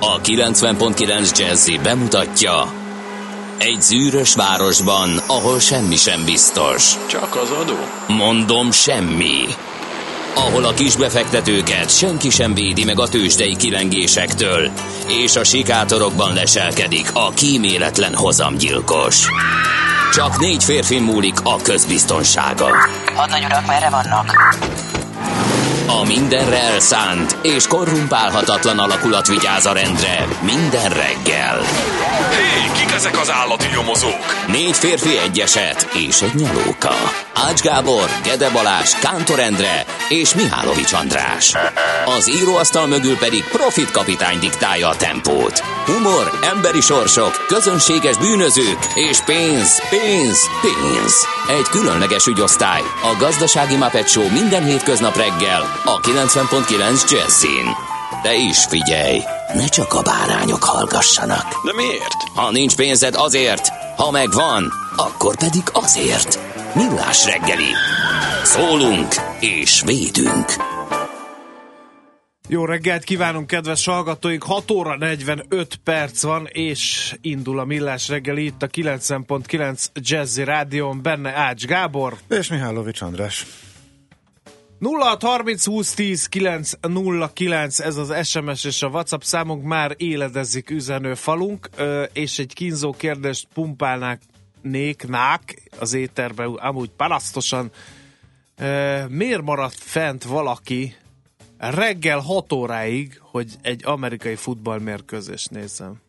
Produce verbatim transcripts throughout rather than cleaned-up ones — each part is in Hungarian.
A kilencven pont kilenc Jazzy bemutatja: egy zűrös városban, ahol semmi sem biztos. Csak az adó? Mondom, semmi. Ahol a kisbefektetőket senki sem védi meg a tőzsdei kilengésektől, és a sikátorokban leselkedik a kíméletlen hozamgyilkos. Csak négy férfi múlik a közbiztonsága. Hadnagy urak, merre vannak? A mindenre elszánt és korrumpálhatatlan alakulat vigyáz a rendre minden reggel. Hé, kik ezek az állati nyomozók? Négy férfi, egy eset és egy nyalóka. Ács Gábor, Gede Balázs, Kántor Endre és Mihálovics András. Az íróasztal mögül pedig Profit kapitány diktálja a tempót. Humor, emberi sorsok, közönséges bűnözők és pénz, pénz, pénz. Egy különleges ügyosztály, a Gazdasági Muppet Show minden hétköznap reggel a kilencven pont kilenc Jazzin. De is figyelj, ne csak a bárányok hallgassanak. De miért? Ha nincs pénzed, azért, ha megvan, akkor pedig azért. Millás reggeli. Szólunk és védünk. Jó reggelt kívánunk, kedves hallgatóink! hat óra negyvenöt perc van, és indul a Millás reggeli itt a kilencven pont kilenc Jazzy Rádión, benne Ács Gábor és Mihálovics András. nulla hat harminc húsz tíz kilenc nulla kilenc, ez az es em es és a WhatsApp számunk, már éledezik üzenő falunk, és egy kínzó kérdést pumpálnák néknák az éterbe, amúgy parasztosan. Miért maradt fent valaki reggel hat óráig, hogy egy amerikai futballmérkőzést nézzem?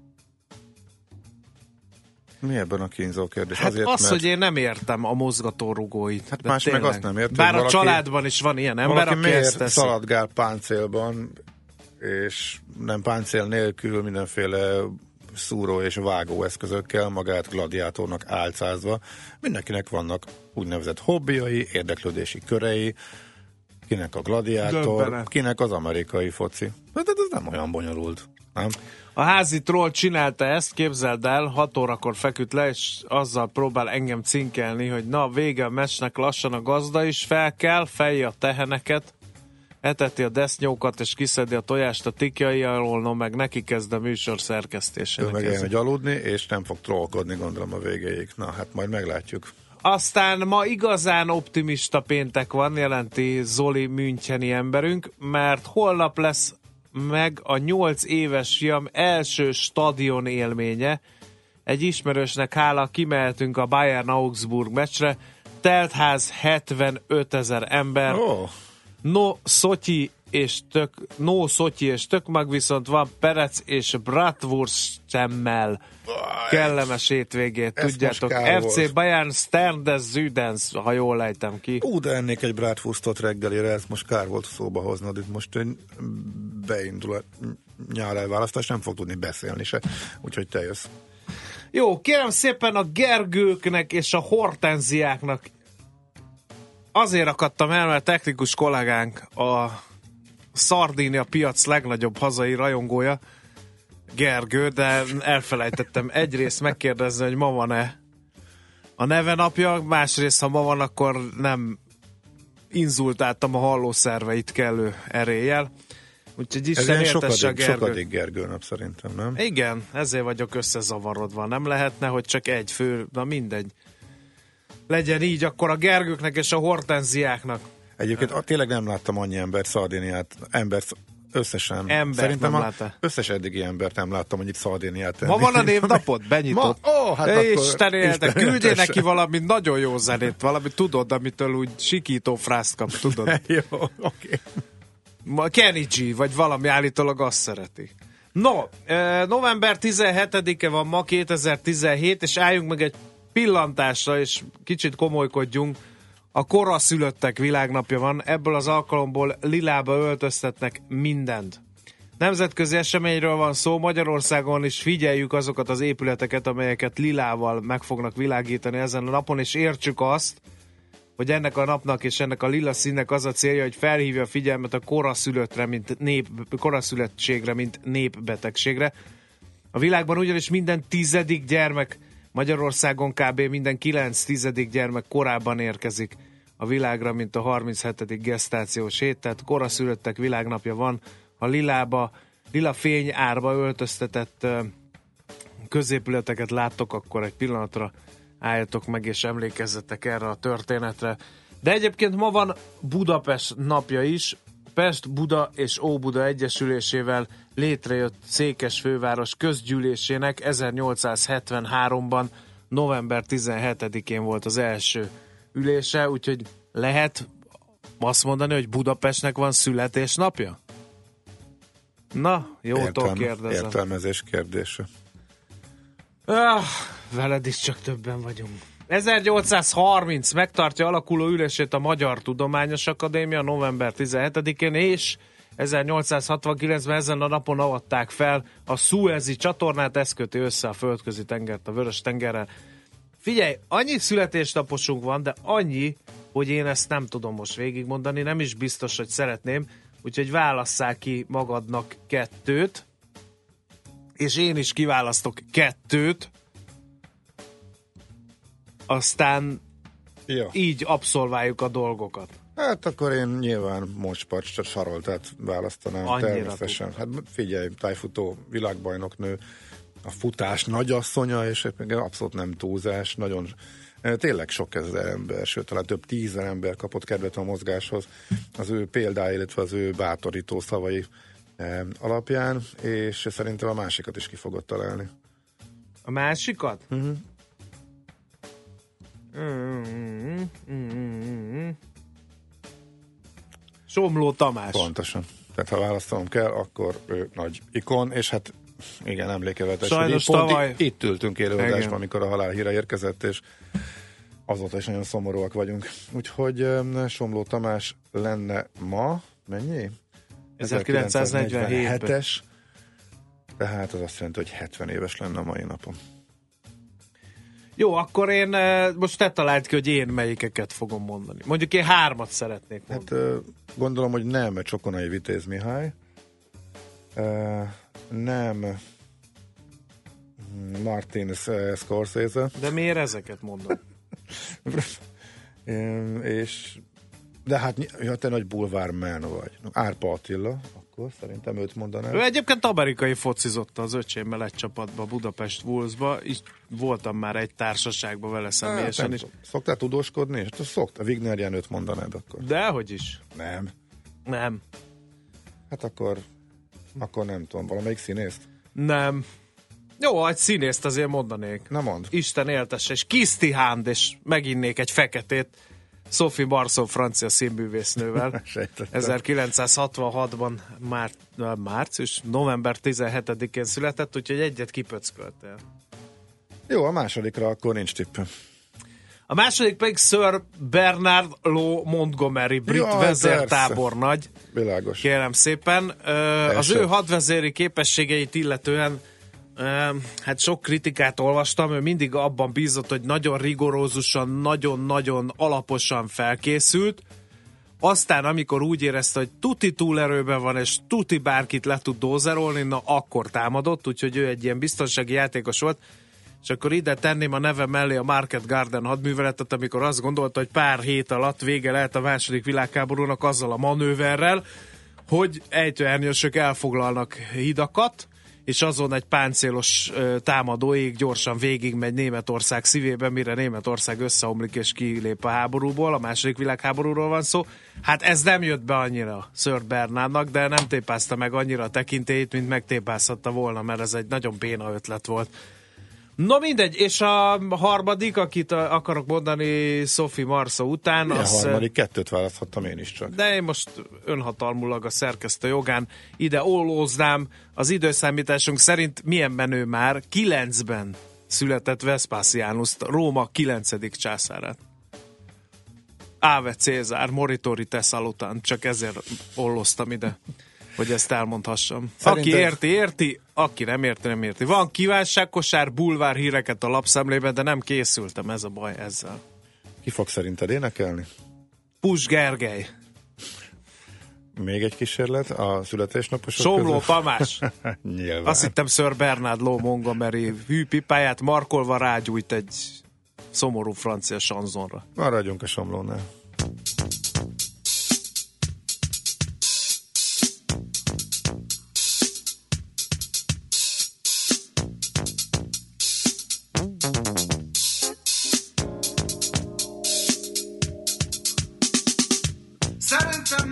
Mi ebben a kínzó kérdés? Hát Azért, az, mert... hogy én nem értem a mozgatórugóit. Hát más meg azt nem értem. Bár valaki, a családban is van ilyen ember, valaki aki ezt miért teszi. szaladgál páncélban, és nem páncél nélkül mindenféle szúró és vágó eszközökkel, magát gladiátornak álcázva. Mindenkinek vannak úgynevezett hobbiai, érdeklődési körei, kinek a gladiátor, Döbbenet. kinek az amerikai foci. Hát ez nem olyan bonyolult, nem? A házi troll csinálta ezt, képzeld el, hat órakor feküdt le, és azzal próbál engem cinkelni, hogy na, vége a meccsnek, lassan a gazda is fel kell, fejje a teheneket, eteti a desznyókat, és kiszedi a tojást a tikjai alól, no, meg neki kezd a műsor szerkesztésének. Ő meg elmegy aludni, és nem fog trollkodni, gondolom, a végéig. Na, hát majd meglátjuk. Aztán ma igazán optimista péntek van, jelenti Zoli müncheni emberünk, mert holnap lesz meg a nyolc éves fiam első stadion élménye. Egy ismerősnek hála kimehetünk a Bayern Augsburg meccsre, teltház hetvenöt ezer ember. Oh. No Szotyi és tök, no Szotyi és tök mag, viszont van Perec és Bratwurstemmel. Kellemes hétvégét, Ez tudjátok. ef ef cé volt. Bayern Stern Südens, ha jól lejtem ki. Ú, de ennék egy bratwurstot reggelire, ez most kár volt szóba hoznod, itt most beindul a nyár elválasztás, nem fog tudni beszélni se, úgyhogy te jössz. Jó, kérem szépen a Gergőknek és a Hortenziáknak azért akadtam el, mert technikus kollégánk a Szardínia piac legnagyobb hazai rajongója, Gergő, de elfelejtettem egyrészt megkérdezni, hogy ma van-e a neve napja, másrészt, ha ma van, akkor nem inzultáltam a hallószerveit kellő eréllyel. Úgyhogy Isten Ez értesse a sokadik, Gergőt. sokadik Gergő nap szerintem, nem? Igen, ezért vagyok összezavarodva. Nem lehetne, hogy csak egy fő, na mindegy. Legyen így, akkor a Gergőknek és a Hortenziáknak. Egyébként a, tényleg nem láttam annyi embert, Szardiniát, embert összesen. Embert Szerintem nem a látta. összes eddigi embert nem láttam, hogy itt Szardiniát tenni. Ma van a névnapod? Benyitott. Ma? Ó, hát akkor Isten éltek, küldjél istenetesen. neki valami nagyon jó zenét, valami tudod, amitől úgy sikító frászt kap, tudod. Jó, oké. Ma Kenny G, vagy valami állítólag azt szereti. No, eh, november tizenhetedike van ma, kétezer-tizenhét, és álljunk meg egy pillantásra, és kicsit komolykodjunk. A koraszülöttek világnapja van, ebből az alkalomból lilába öltöztetnek mindent. Nemzetközi eseményről van szó, Magyarországon is figyeljük azokat az épületeket, amelyeket lilával meg fognak világítani ezen a napon, és értsük azt, hogy ennek a napnak és ennek a lila színnek az a célja, hogy felhívja a figyelmet a koraszülöttre, mint nép, koraszülöttségre, mint népbetegségre. A világban ugyanis minden tizedik gyermek, Magyarországon kb. Minden kilenc tizedik gyermek korábban érkezik a világra, mint a harminchetedik gesztációs hét, tehát koraszülöttek világnapja van. Ha lilába lila fény árba öltöztetett középületeket láttok, akkor egy pillanatra álljatok meg és emlékezzetek erre a történetre. De egyébként ma van Budapest napja is. Pest, Buda és Óbuda egyesülésével létrejött Székes főváros közgyűlésének ezernyolcszázhetvenháromban november tizenhetedikén volt az első ülése, úgyhogy lehet azt mondani, hogy Budapestnek van születésnapja? Na, jótól Értelme, kérdezem. Értelmezés kérdése. Ah, veled is csak többen vagyunk. ezernyolcszázharminc megtartja alakuló ülését a Magyar Tudományos Akadémia november tizenhetedikén, és ezernyolcszázhatvankilencben ezen a napon avatták fel a Szuezi csatornát, ez köti össze a földközi tengert a Vörös-tengerrel. Figyelj, annyi születésnaposunk van, de annyi, hogy én ezt nem tudom most végigmondani, nem is biztos, hogy szeretném, úgyhogy válasszál ki magadnak kettőt, és én is kiválasztok kettőt, aztán Ja. így abszolváljuk a dolgokat. Hát akkor én nyilván Mocspacs Saroltát választanám. Annyira természetesen. Hát figyelj, tájfutó világbajnoknő, a futás nagyasszonya, és abszolút nem túlzás, nagyon tényleg sok ezer ember, sőt, talán több tízezer ember kapott kedvet a mozgáshoz az ő példája, illetve az ő bátorító szavai eh, alapján, és szerintem a másikat is ki fogod találni. A másikat? Uh-huh. Mm-hmm. Mm-hmm. Somló Tamás. Pontosan. Tehát ha választanom kell, akkor ő nagy ikon, és hát igen, emlékevetes. Sajnos pont tavaly... itt, itt ültünk élőadásban, amikor a halál híre érkezett, és azóta is nagyon szomorúak vagyunk. Úgyhogy um, Somló Tamás lenne ma, mennyi? ezerkilencszáznegyvenhétes. Tehát az azt jelenti, hogy hetven éves lenne a mai napon. Jó, akkor én most te találd ki, hogy én melyikeket fogom mondani. Mondjuk én hármat szeretnék mondani. Hát gondolom, hogy nem Csokonai Vitéz Mihály, nem Martin Scorsese. De miért ezeket mondom? És de hát ja, te nagy bulvárman vagy. Árpa Attila, akkor szerintem őt mondanám. Ő egyébként amerikai focizott az öcsémmel egy csapatba, Budapest Wolvesba. Így voltam már egy társaságban vele személyesen hát, is. Szoktál tudóskodni? Hát szokta. Wigner Jenőt mondanád akkor. Dehogy is. Nem. Nem. Hát akkor akkor nem tudom, valamelyik színészt? Nem. Jó, egy színészt azért mondanék. Na mondd. Isten éltesse, és Kiszti Hánd, és meginnék egy feketét Sophie Marceau francia színművésznővel. ezerkilencszázhatvanhatban már, március, november tizenhetedikén született, úgyhogy egyet kipöcköltél. Jó, a másodikra akkor nincs tippem. A második pedig Sir Bernard Law Montgomery, brit ja, vezértábornagy. Világos. Kérem szépen. Az ő hadvezéri képességeit illetően hát sok kritikát olvastam, ő mindig abban bízott, hogy nagyon rigorózusan, nagyon-nagyon alaposan felkészült. Aztán, amikor úgy érezte, hogy tuti túlerőben van, és tuti bárkit le tud dózerolni, na akkor támadott, úgyhogy ő egy ilyen biztonsági játékos volt. És akkor ide tenném a neve mellé a Market Garden hadműveletet, amikor azt gondolta, hogy pár hét alatt vége lehet a második világháborúnak azzal a manőverrel, hogy ejtőernyősök elfoglalnak hidakat, és azon egy páncélos ö, támadóig gyorsan végigmegy Németország szívébe, mire Németország összeomlik és kilép a háborúból, a második világháborúról van szó. Hát ez nem jött be annyira Sir Bernardnak, de nem tépázta meg annyira a tekintélyét, mint megtépázhatta volna, mert ez egy nagyon béna ötlet volt. No mindegy, és a harmadik, akit akarok mondani Sophie Marceau után... Milyen az, harmadik? Kettőt választhattam én is csak. De én most önhatalmulag a szerkesztő jogán ide ollóznám. Az időszámításunk szerint milyen menő már kilencben született Vespasianus, Róma kilencedik császárát. Áve Cézár, Moritori te salutant, csak ezért ollóztam ide, hogy ezt elmondhassam. Szerintem... Aki érti, érti, aki nem érti, nem érti. Van kívánságkosár, bulvár híreket a lapszemlében, de nem készültem, ez a baj ezzel. Ki fog szerinted énekelni? Pus Gergely. Még egy kísérlet a születésnaposok Somló között? Tamás. Nyilván. Azt hittem Sir Bernard Law Montgomery hűpipáját markolva rágyújt egy szomorú francia sanzonra. Maradjunk a Somlónál.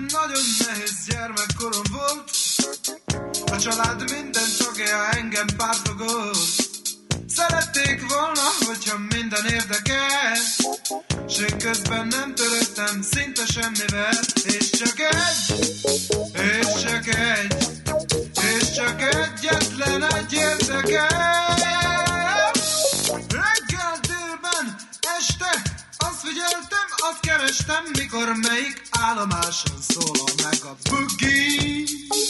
nagyon nehéz gyermekkorom volt. A család minden tagja engem pártfogott. Szerették volna, hogyha minden érdekel, s én közben nem törődtem szinte semmivel. És csak egy, és csak egy, és csak egyetlen egy érdekel. Reggel, délben, este azt figyeltem, azt kerestem, mikor melyik állomáson szólal meg a boogie.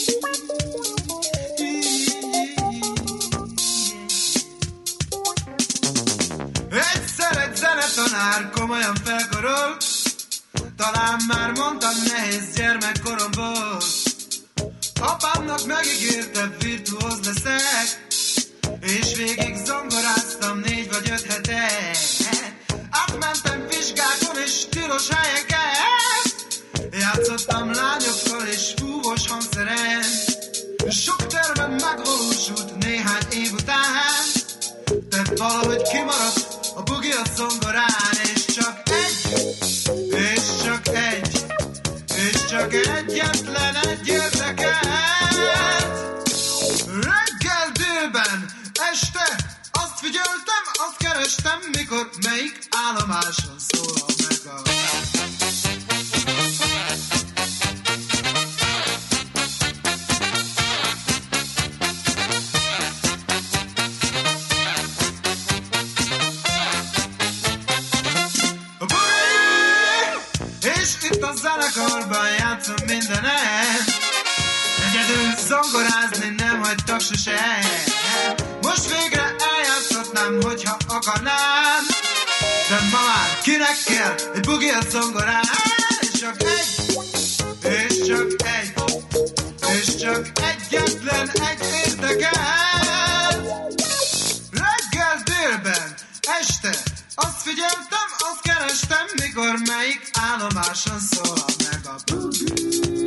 Egyszer egy zenetanár komolyan felkarol, talán már mondtam, nehéz gyermekkorom volt. Apámnak megígérte, virtuóz leszek, és végig zongoráztam négy vagy öt hete. Átmentem vizsgákon és tilos helyeket, játszottam lányokkal és fúvós hangszeren. Sok tervem megvalósult néhány év után, de valahogy kimaradt a bugi a zongorán. És csak egy, és csak egy, és csak egyetlen egy érdekelt. Reggel, délben, este azt figyeltem, azt kerestem, mikor melyik állomáson szólal meg a... Itt a zenekarban játszom mindenet, egyedül zongorázni nem hagytak sose. Most végre eljátszhatnám, hogyha akarnám, de ma már kinek kell egy bugilt zongorán. És csak egy, és csak egy, és csak egyetlen egy érdekelt. Reggel, délben, este azt figyeltem, azt kerestem, mikor melyik állomáson szólal meg a boogie.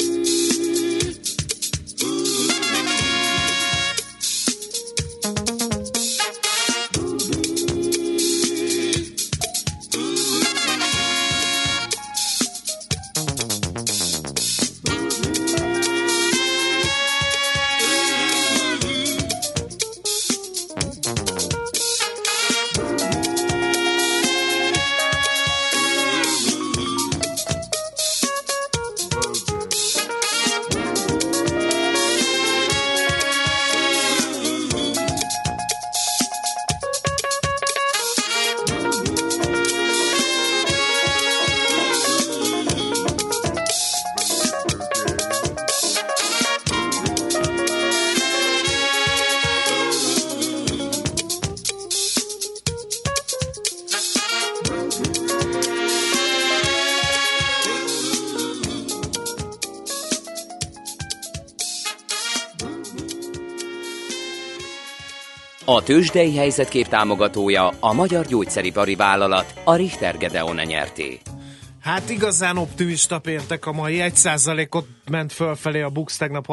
A tőzsdei helyzetkép támogatója a Magyar Gyógyszeripari Vállalat, a Richter Gedeon nyerté. Hát igazán optimista péntek a mai, egy százalékot ment fölfelé a BUX, tegnap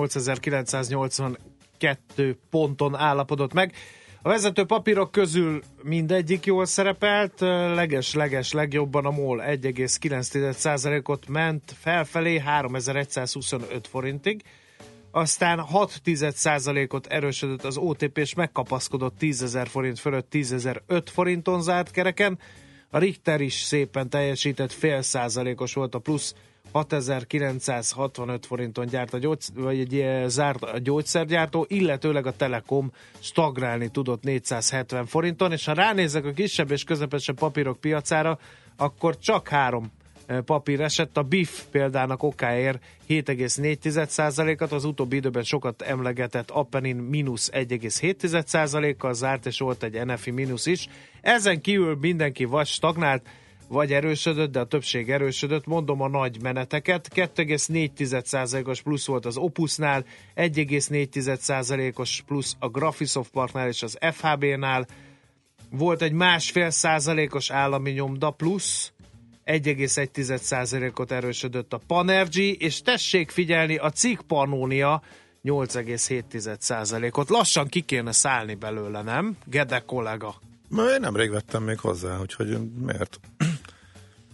harmincnyolcezer-kilencszáznyolcvankettő ponton állapodott meg. A vezető papírok közül mindegyik jól szerepelt, leges-leges legjobban a MOL egy egész kilenc százalékot ment felfelé háromezer-egyszázhuszonöt forintig, aztán hat százalékot erősödött az o té pé és megkapaszkodott tízezer forint fölött, tízezer-öt forinton zárt kereken. A Richter is szépen teljesített, fél százalékos volt a plusz, hatezer-kilencszázhatvanöt forinton gyárt a gyógy, vagy zárt a gyógyszergyártó, illetőleg a Telekom stagnálni tudott négyszázhetven forinton, és ha ránézek a kisebb és közepesebb papírok piacára, akkor csak három papír esett. A bé i ef példának okáért hét egész négy százalékot, az utóbbi időben sokat emlegetett Appenin mínusz egy egész hét százalékkal zárt, és volt egy en ef i mínusz is. Ezen kívül mindenki vagy stagnált, vagy erősödött, de a többség erősödött. Mondom a nagy meneteket. kettő egész négy százalékos plusz volt az Opusnál, egy egész négy százalékos plusz a Graphisoft Parknál és az ef há bé-nál. Volt egy másfél százalékos állami nyomda plusz, egy egész egy százalékot erősödött a Panergy, és tessék figyelni, a cikk Pannonia nyolc egész hét százalékot. Lassan ki kéne szállni belőle, nem? Gede kollega. Én nemrég vettem még hozzá, úgyhogy miért?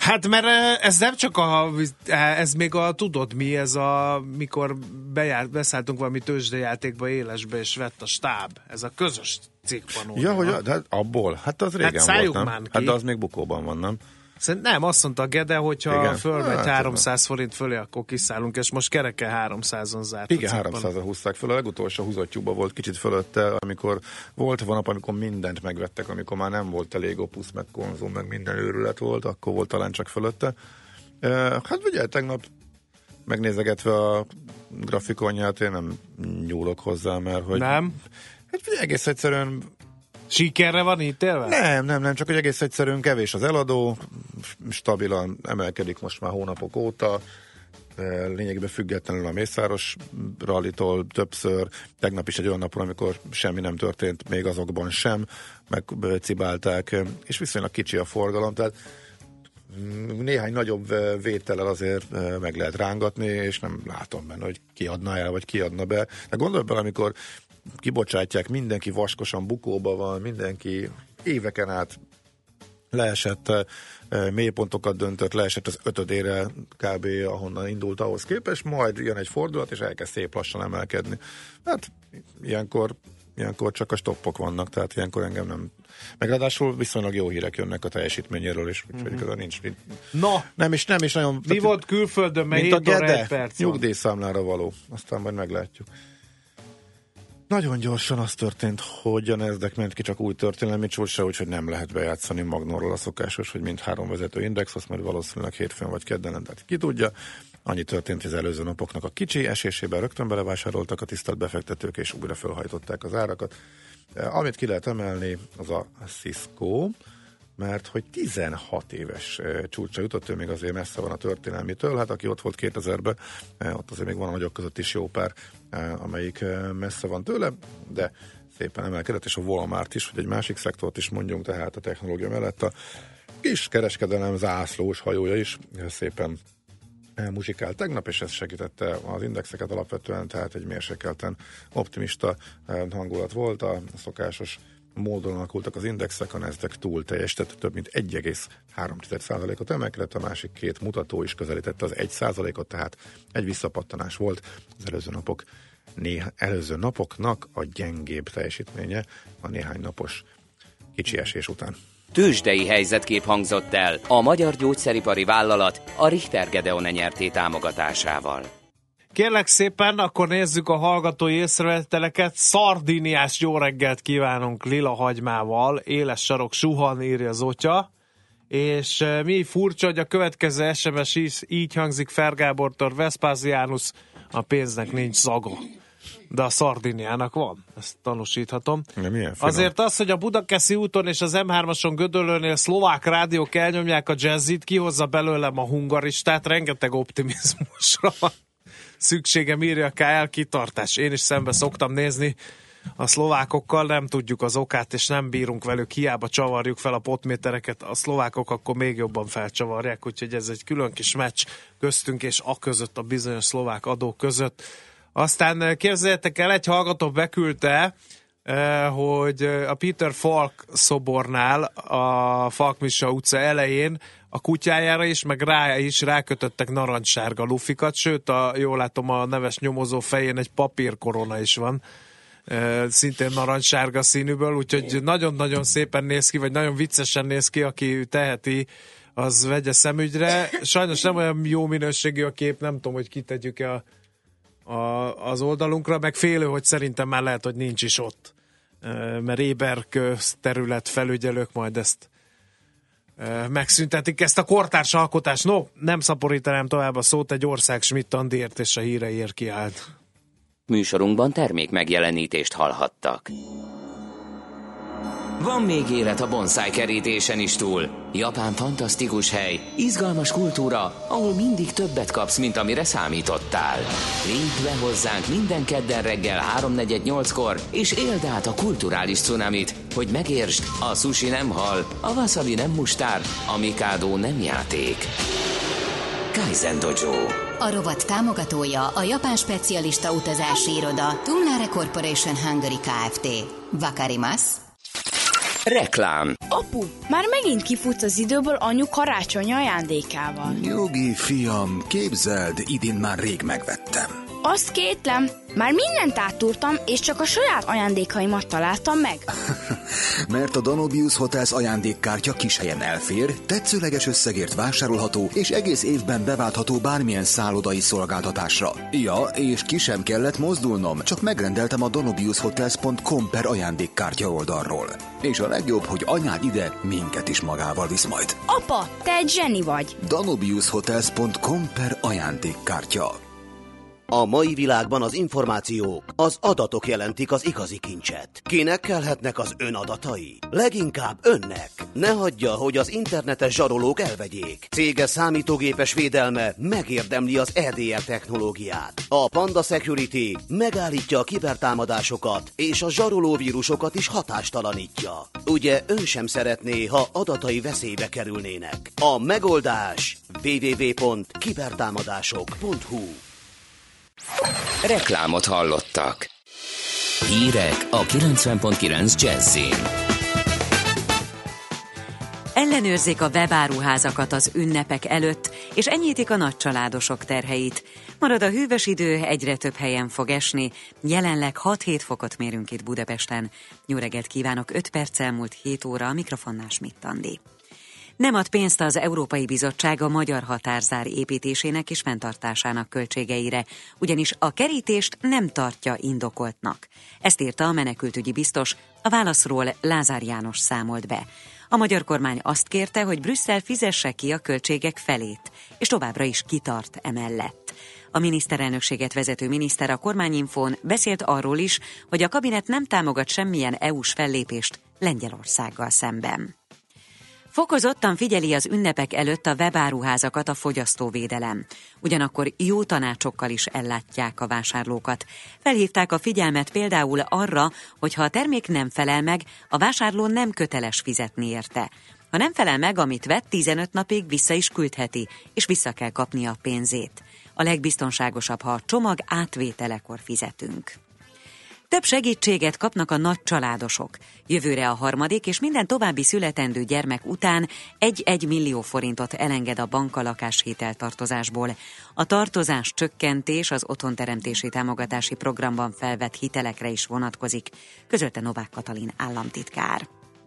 Hát mert ez nem csak a, ez még a, tudod mi, ez a, mikor bejárt, beszálltunk valami tőzsdejátékba élesbe, és vett a stáb. Ez a közös cikkpanó. Ja, hogy de hát abból, hát az régen hát volt, nem? Hát de az még bukóban van, nem? Szerintem nem, azt mondta a Gede, hogyha igen. fölmegy hát, háromszáz forint fölé, akkor kiszállunk, és most kereken háromszázon zárt. Igen, háromszázra húzták föl. A legutolsó húzottjúban volt kicsit fölötte, amikor volt van nap, amikor mindent megvettek, amikor már nem volt elég Opus, meg Konzum, meg minden őrület volt, akkor volt talán csak fölötte. Hát ugye tegnap megnézegetve a grafikonját, én nem nyúlok hozzá, mert hogy... Nem? Hát egész egyszerűen... Sikerre van ítélve? Nem, nem, nem, csak hogy egész egyszerűen kevés az eladó, stabilan emelkedik most már hónapok óta, lényegében függetlenül a Mészáros rallitól többször, tegnap is egy olyan napon, amikor semmi nem történt, még azokban sem, megcibálták, és viszonylag kicsi a forgalom, tehát néhány nagyobb vétellel azért meg lehet rángatni, és nem látom benne, hogy kiadna el, vagy kiadna be. De gondolj bele, amikor kibocsátják, mindenki vaskosan bukóba van, mindenki éveken át leesett, mélypontokat döntött, leesett az ötödére kb. Ahonnan indult ahhoz képest, majd jön egy fordulat, és elkezd szép lassan emelkedni. Hát ilyenkor, ilyenkor csak a stoppok vannak, tehát ilyenkor engem nem... Meg ráadásul viszonylag jó hírek jönnek a teljesítményéről, és úgyhogy mm-hmm. nincs... No, nem is, nem is nagyon... Mi volt külföldön, mert mint a Gede, nyugdíjszámlára való. Aztán majd meglátjuk. Nagyon gyorsan az történt, hogy a Nasdaq ment ki csak új történelmi csúcsra, úgyhogy nem lehet bejátszani Magnóról a szokásos, hogy mind három vezető index, azt majd valószínűleg hétfőn vagy kedden, tehát ki tudja. Annyi történt, hogy az előző napoknak a kicsi esésében rögtön belevásároltak a tisztelt befektetők, és újra felhajtották az árakat. Amit ki lehet emelni, az a Cisco, mert hogy tizenhat éves csúcsra jutott, ő még azért messze van a történelmitől, hát aki ott volt kétezerben, ott azért még van a nagyok között is jó pár, amelyik messze van tőle, de szépen emelkedett, és a Walmart is, hogy egy másik szektort is mondjunk, tehát a technológia mellett a kis kereskedelem zászlós hajója is szépen muzsikált tegnap, és ez segítette az indexeket alapvetően, tehát egy mérsékelten optimista hangulat volt, a szokásos módon alakultak az indexek, a Nasdaq túl teljesített, több mint egy egész három százalékot emelkedett, a másik két mutató is közelítette az egy százalékot, tehát egy visszapattanás volt az előző napok néha, előző napoknak a gyengébb teljesítménye a néhány napos kicsi esés után. Tőzsdei helyzetkép hangzott el a Magyar Gyógyszeripari Vállalat a Richter Gedeon nyerté támogatásával. Kérlek szépen, akkor nézzük a hallgatói észrevételeket. Szardíniás jó reggelt kívánunk lila hagymával, éles sarok suhan, írja Zotya. És mi furcsa, hogy a következő es em es is így hangzik Fergábortól: Vespasianus, a pénznek nincs zaga. De a Szardíniának van, ezt tanúsíthatom. Azért az, hogy a Budakeszi úton és az em hármason Gödöllőnél szlovák rádiók elnyomják a jazzit, kihozza belőlem a hungaristát, rengeteg optimizmusra van szükségem, írja K L, kitartás. Én is szembe szoktam nézni a szlovákokkal, nem tudjuk az okát, és nem bírunk velük, hiába csavarjuk fel a potmétereket, a szlovákok akkor még jobban felcsavarják, úgyhogy ez egy külön kis meccs köztünk és a között, a bizonyos szlovák adók között. Aztán képzeljétek el, egy hallgató beküldte, hogy a Peter Falk szobornál a Falkmissa utca elején a kutyájára is, meg rá is rákötöttek narancssárga lufikat, sőt, a, jól látom, a neves nyomozó fején egy papírkorona is van, szintén narancssárga színűből, úgyhogy nagyon-nagyon szépen néz ki, vagy nagyon viccesen néz ki, aki teheti, az vegye szemügyre. Sajnos nem olyan jó minőségű a kép, nem tudom, hogy kitegyük-e a A, az oldalunkra, meg félő, hogy szerintem már lehet, hogy nincs is ott. Mert Éberköz terület felügyelők majd ezt megszüntetik, ezt a kortárs alkotást. No, nem szaporítanám tovább a szót, egy ország Schmidt Andért és a híreiért kiállt. Műsorunkban termék megjelenítést hallhattak. Van még élet a bonsai kerítésen is túl. Japán fantasztikus hely, izgalmas kultúra, ahol mindig többet kapsz, mint amire számítottál. Lépj be hozzánk minden kedden reggel háromnegyed nyolckor, és éld át a kulturális cunamit, hogy megértsd, a sushi nem hal, a wasabi nem mustár, a mikádó nem játék. Kaizen Dojo. A rovat támogatója a japán specialista utazási iroda Tumlare Corporation Hungary Kft. Wakarimasu. Reklám. Apu, már megint kifutsz az időből anyu karácsonyi ajándékával. Nyugi, fiam, képzeld, idén már rég megvettem. Azt kétlem, már mindent átúrtam, és csak a saját ajándékaimat találtam meg. Mert a Danubius Hotels ajándékkártya kis helyen elfér, tetszőleges összegért vásárolható, és egész évben beváltható bármilyen szállodai szolgáltatásra. Ja, és ki sem kellett mozdulnom, csak megrendeltem a danubius hotels pont com per ajándékkártya oldalról. És a legjobb, hogy anyád ide minket is magával visz majd. Apa, te egy zseni vagy. danubius hotels pont com per ajándékkártya. A mai világban az információk, az adatok jelentik az igazi kincset. Kinek kellhetnek az ön adatai? Leginkább önnek. Ne hagyja, hogy az internetes zsarolók elvegyék. Cége számítógépes védelme megérdemli az é dé er technológiát. A Panda Security megállítja a kibertámadásokat, és a zsaroló vírusokat is hatástalanítja. Ugye ön sem szeretné, ha adatai veszélybe kerülnének. A megoldás double-u double-u double-u pont kibertámadások pont hu. Reklámot hallottak. Hírek a kilencven pont kilenc Jazzin. Ellenőrzik a webáruházakat az ünnepek előtt, és enyhítik a nagycsaládosok terheit. Marad a hűvös idő, egyre több helyen fog esni. Jelenleg hat-hét fokot mérünk itt Budapesten. Jó reggelt kívánok, öt perccel múlt hét óra, a mikrofonnál Schmidt Andi. Nem ad pénzt az Európai Bizottság a magyar határzár építésének és fenntartásának költségeire, ugyanis a kerítést nem tartja indokoltnak. Ezt írta a menekültügyi biztos, a válaszról Lázár János számolt be. A magyar kormány azt kérte, hogy Brüsszel fizesse ki a költségek felét, és továbbra is kitart emellett. A miniszterelnökséget vezető miniszter a Kormányinfón beszélt arról is, hogy a kabinet nem támogat semmilyen é u-s fellépést Lengyelországgal szemben. Fokozottan figyeli az ünnepek előtt a webáruházakat a fogyasztóvédelem. Ugyanakkor jó tanácsokkal is ellátják a vásárlókat. Felhívták a figyelmet például arra, hogy ha a termék nem felel meg, a vásárló nem köteles fizetni érte. Ha nem felel meg, amit vett, tizenöt napig vissza is küldheti, és vissza kell kapnia a pénzét. A legbiztonságosabb, ha a csomag átvételekor fizetünk. Több segítséget kapnak a nagy családosok. Jövőre a harmadik és minden további születendő gyermek után egy-egy millió forintot elenged a bank a lakáshitel tartozásból. A tartozás csökkentés az otthonteremtési támogatási programban felvett hitelekre is vonatkozik, közölte Novák Katalin államtitkár.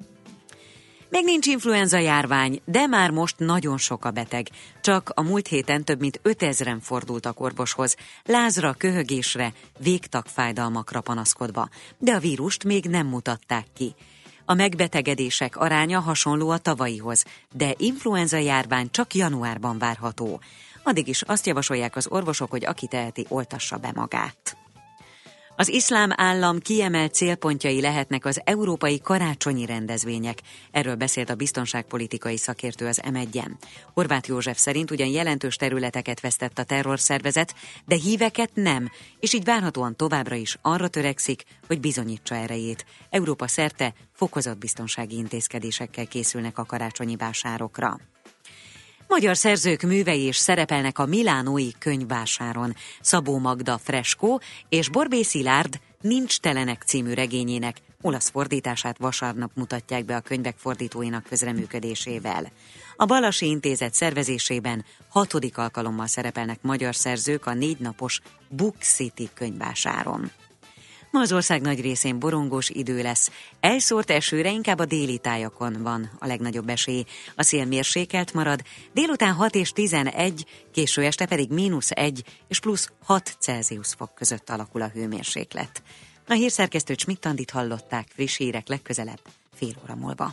Még nincs influenza járvány, de már most nagyon sok a beteg. Csak a múlt héten több mint ötezren fordultak orvoshoz, lázra, köhögésre, végtagfájdalmakra panaszkodva, de a vírust még nem mutatták ki. A megbetegedések aránya hasonló a tavalyihoz, de influenza járvány csak januárban várható. Addig is azt javasolják az orvosok, hogy aki teheti, oltassa be magát. Az iszlám állam kiemelt célpontjai lehetnek az európai karácsonyi rendezvények. Erről beszélt a biztonságpolitikai szakértő az em egyen. Horváth József szerint ugyan jelentős területeket vesztett a terrorszervezet, de híveket nem, és így várhatóan továbbra is arra törekszik, hogy bizonyítsa erejét. Európa szerte fokozott biztonsági intézkedésekkel készülnek a karácsonyi vásárokra. Magyar szerzők művei is szerepelnek a milánói könyvvásáron. Szabó Magda freskó és Borbély Szilárd Nincs telenek című regényének olasz fordítását vasárnap mutatják be a könyvek fordítóinak közreműködésével. A Balasi Intézet szervezésében hatodik alkalommal szerepelnek magyar szerzők a négy napos Book City könyvvásáron. Ma az ország nagy részén borongós idő lesz. Elszórt esőre inkább a déli tájakon van a legnagyobb esély. A szél mérsékelt marad, délután hat és tizenegy, késő este pedig mínusz egy és plusz hat Celsius fok között alakul a hőmérséklet. A hírszerkesztő Schmidt Andit hallották, friss hírek legközelebb, fél óra múlva.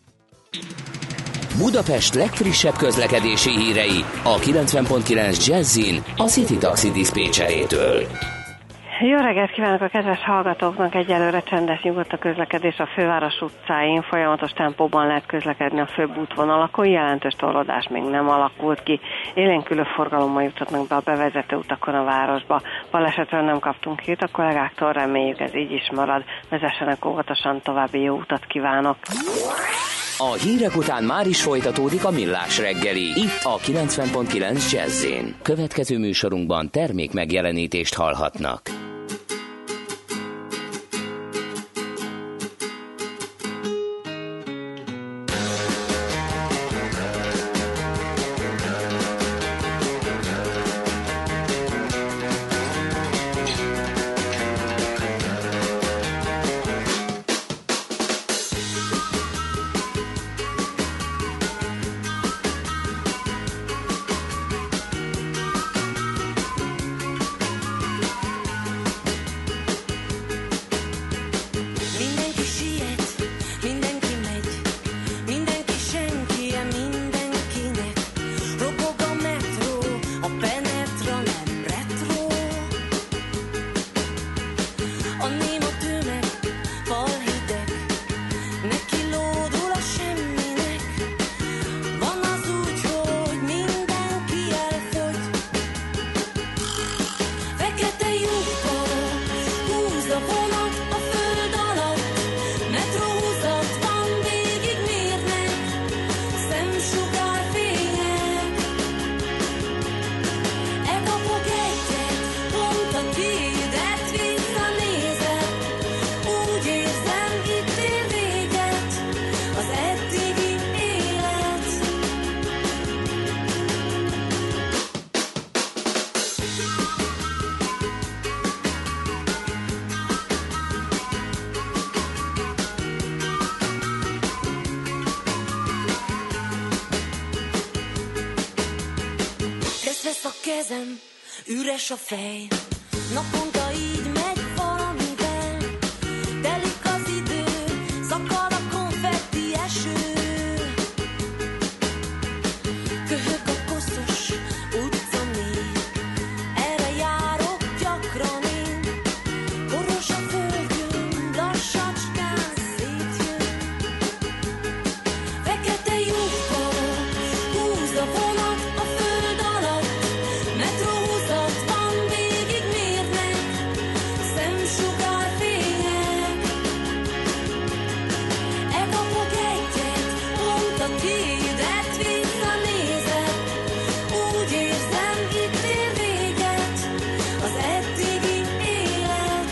Budapest legfrissebb közlekedési hírei a kilencven pont kilenc Jazzin a City Taxi diszpécserétől. Jó reggelt kívánok a kedves hallgatóknak! Egyelőre csendes, nyugodt a közlekedés a főváros utcáin, folyamatos tempóban lehet közlekedni a főbb útvonalakon, jelentős torlódás még nem alakult ki. Élénkülő forgalommal juthatnak be a bevezető utakon a városba. Balesetről nem kaptunk hírt, a kollégáktól reméljük ez így is marad. Vezessenek óvatosan, további jó utat kívánok! A hírek után már is folytatódik a Millás reggeli, itt a kilencven pont kilenc Jazzin. Következő műsorunkban termék megjelenítést hallhatnak. a néma tömeg, falhideg, neki lódul a semminek. Van az úgy, hogy mindenki elfogy. Fekete lyukban húz a vonat a föld alatt, metróhúzat van, végig mérnek szemsugárfények. Elkapok egyet, pont a tiédet visszanézek, úgy érzem, itt ér véget az eddigi élet. Kezd vesz a kezem, üres a fej, naponta így megy valamivel. Telik az idő, szakad a konfetti eső. Köhög a koszos utca mély, erre járok gyakran én. Boros a földön, lassacskán szétjön. Fekete lyukban húz a vonat a föld alatt, metróhúzat van, végig mérnek szemsugárfények. Elkapok egyet, pont a tiédet visszanézek, úgy érzem, itt ér véget az eddigi élet.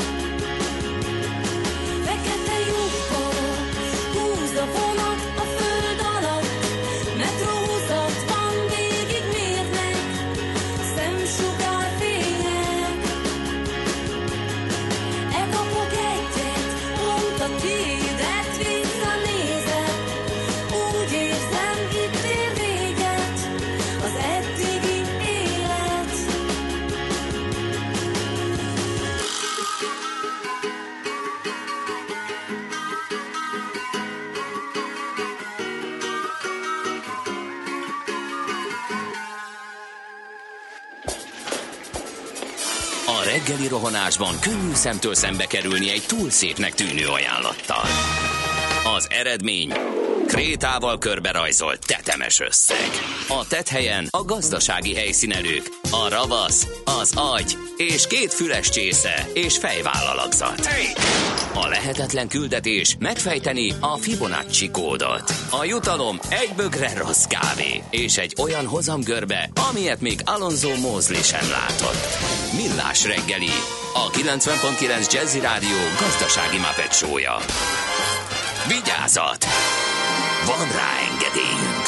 Fekete lyukban húz a vonat a föld alatt, metróhúzat van, végig mérnek szemsugárfények. Elkapok egyet, pont a tiédet visszanézek, úgy érzem, itt ér véget az eddigi élet. A reggeli rohanásban könnyű szemtől szembe kerülni egy túl szépnek tűnő ajánlattal. Az eredmény krétával körberajzolt tetemes összeg. A tetthelyen a gazdasági helyszínelők, a ravasz, az agy és két füles csésze és fejvállalakzat. A lehetetlen küldetés megfejteni a Fibonacci kódot. A jutalom egy bögre rossz kávé és egy olyan hozamgörbe, amilyet még Alonso Mosley sem látott. Millás reggeli, a kilencven pont kilenc Jazzy Rádió gazdasági Muppet show-ja. Vigyázat! Van rá engedélyünk!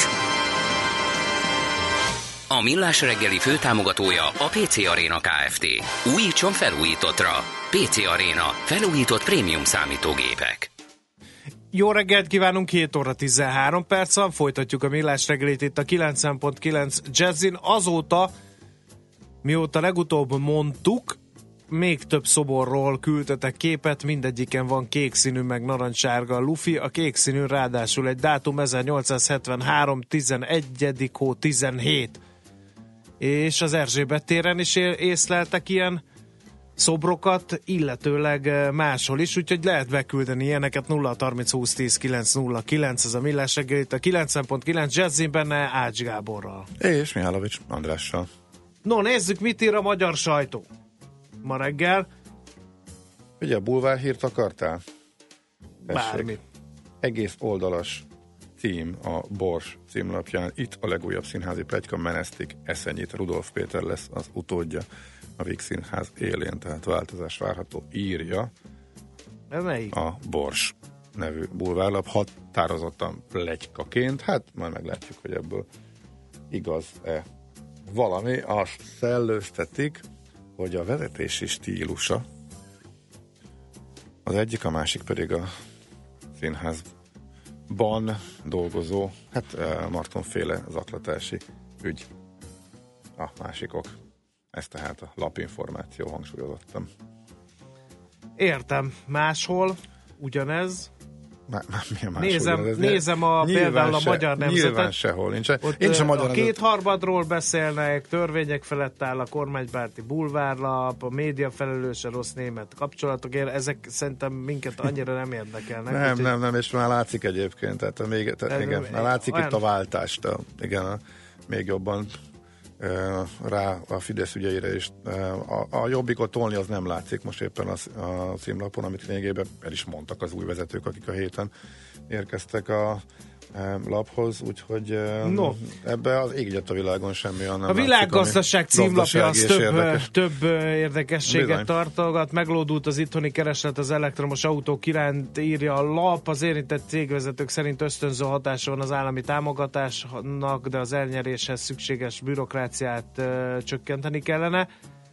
A Millás reggeli főtámogatója a pé cé Arena Kft. Újítson felújítottra. pé cé Arena. Felújított prémium számítógépek. Jó reggelt kívánunk, hét óra tizenhárom perc van, folytatjuk a Millás reggelit itt a kilencven pont kilenc Jazzin. Azóta, mióta legutóbb mondtuk, még több szoborról küldtetek képet, mindegyiken van kék színű meg narancssárga a lufi, a kék színű ráadásul egy dátum ezernyolcszázhetvenhárom tizenegy hó tizenhét. És az Erzsébet téren is észleltek ilyen szobrokat, illetőleg máshol is, úgyhogy lehet beküldeni ilyeneket. Nulla harminc húsz tíz kilenc nulla kilenc, ez a Millás reggel itt a kilencven pont kilenc Jazzin, benne Ács Gáborral. És Mihálovics Andrással. No, nézzük, mit ír a magyar sajtó ma reggel. Ugye a bulvárhírt akartál? Bármi. Egész oldalas cím a Bors címlapján. Itt a legújabb színházi pletyka, menesztik eszenyit. Rudolf Péter lesz az utódja a Víg Színház élén, tehát változás várható, írja Ez melyik? a Bors nevű bulvárlap, határozottan pletykaként. Hát majd meglátjuk, hogy ebből igaz-e valami. Azt szellőztetik, hogy a vezetési stílusa az egyik, a másik pedig a színházban dolgozó, hát Martonféle zaklatási ügy. A másikok. Ez tehát a lapinformáció, hangsúlyozottam. Értem. Máshol ugyanez. Má, má, milyen más nézem, ugyanez? nézem a, például a se, magyar nemzetet. Nyilván sehol nincs. Ott Én sem a magyar kétharmadról beszélnek, törvények felett áll a kormánypárti bulvárlap, a média felelős a rossz német kapcsolatok, ezek szerintem minket annyira nem érdekelnek. Nem, úgy, nem, nem, és már látszik egyébként, tehát, még, tehát igen, már látszik olyan... itt a váltást, a, igen, a, még jobban rá a Fidesz ügyeire is. A, a Jobbikot tolni az nem látszik most éppen a, a címlapon, amit lényegében el is mondtak az új vezetők, akik a héten érkeztek a laphoz, úgyhogy no. ebbe az ég a világon semmi olyan nem a világgazdaság látszik, címlapja az több érdekes. több érdekességet Bizony. tartogat, meglódult az itthoni kereslet az elektromos autók iránt, írja a lap, az érintett cégvezetők szerint ösztönző hatása van az állami támogatásnak, de az elnyeréshez szükséges bürokráciát uh, csökkenteni kellene.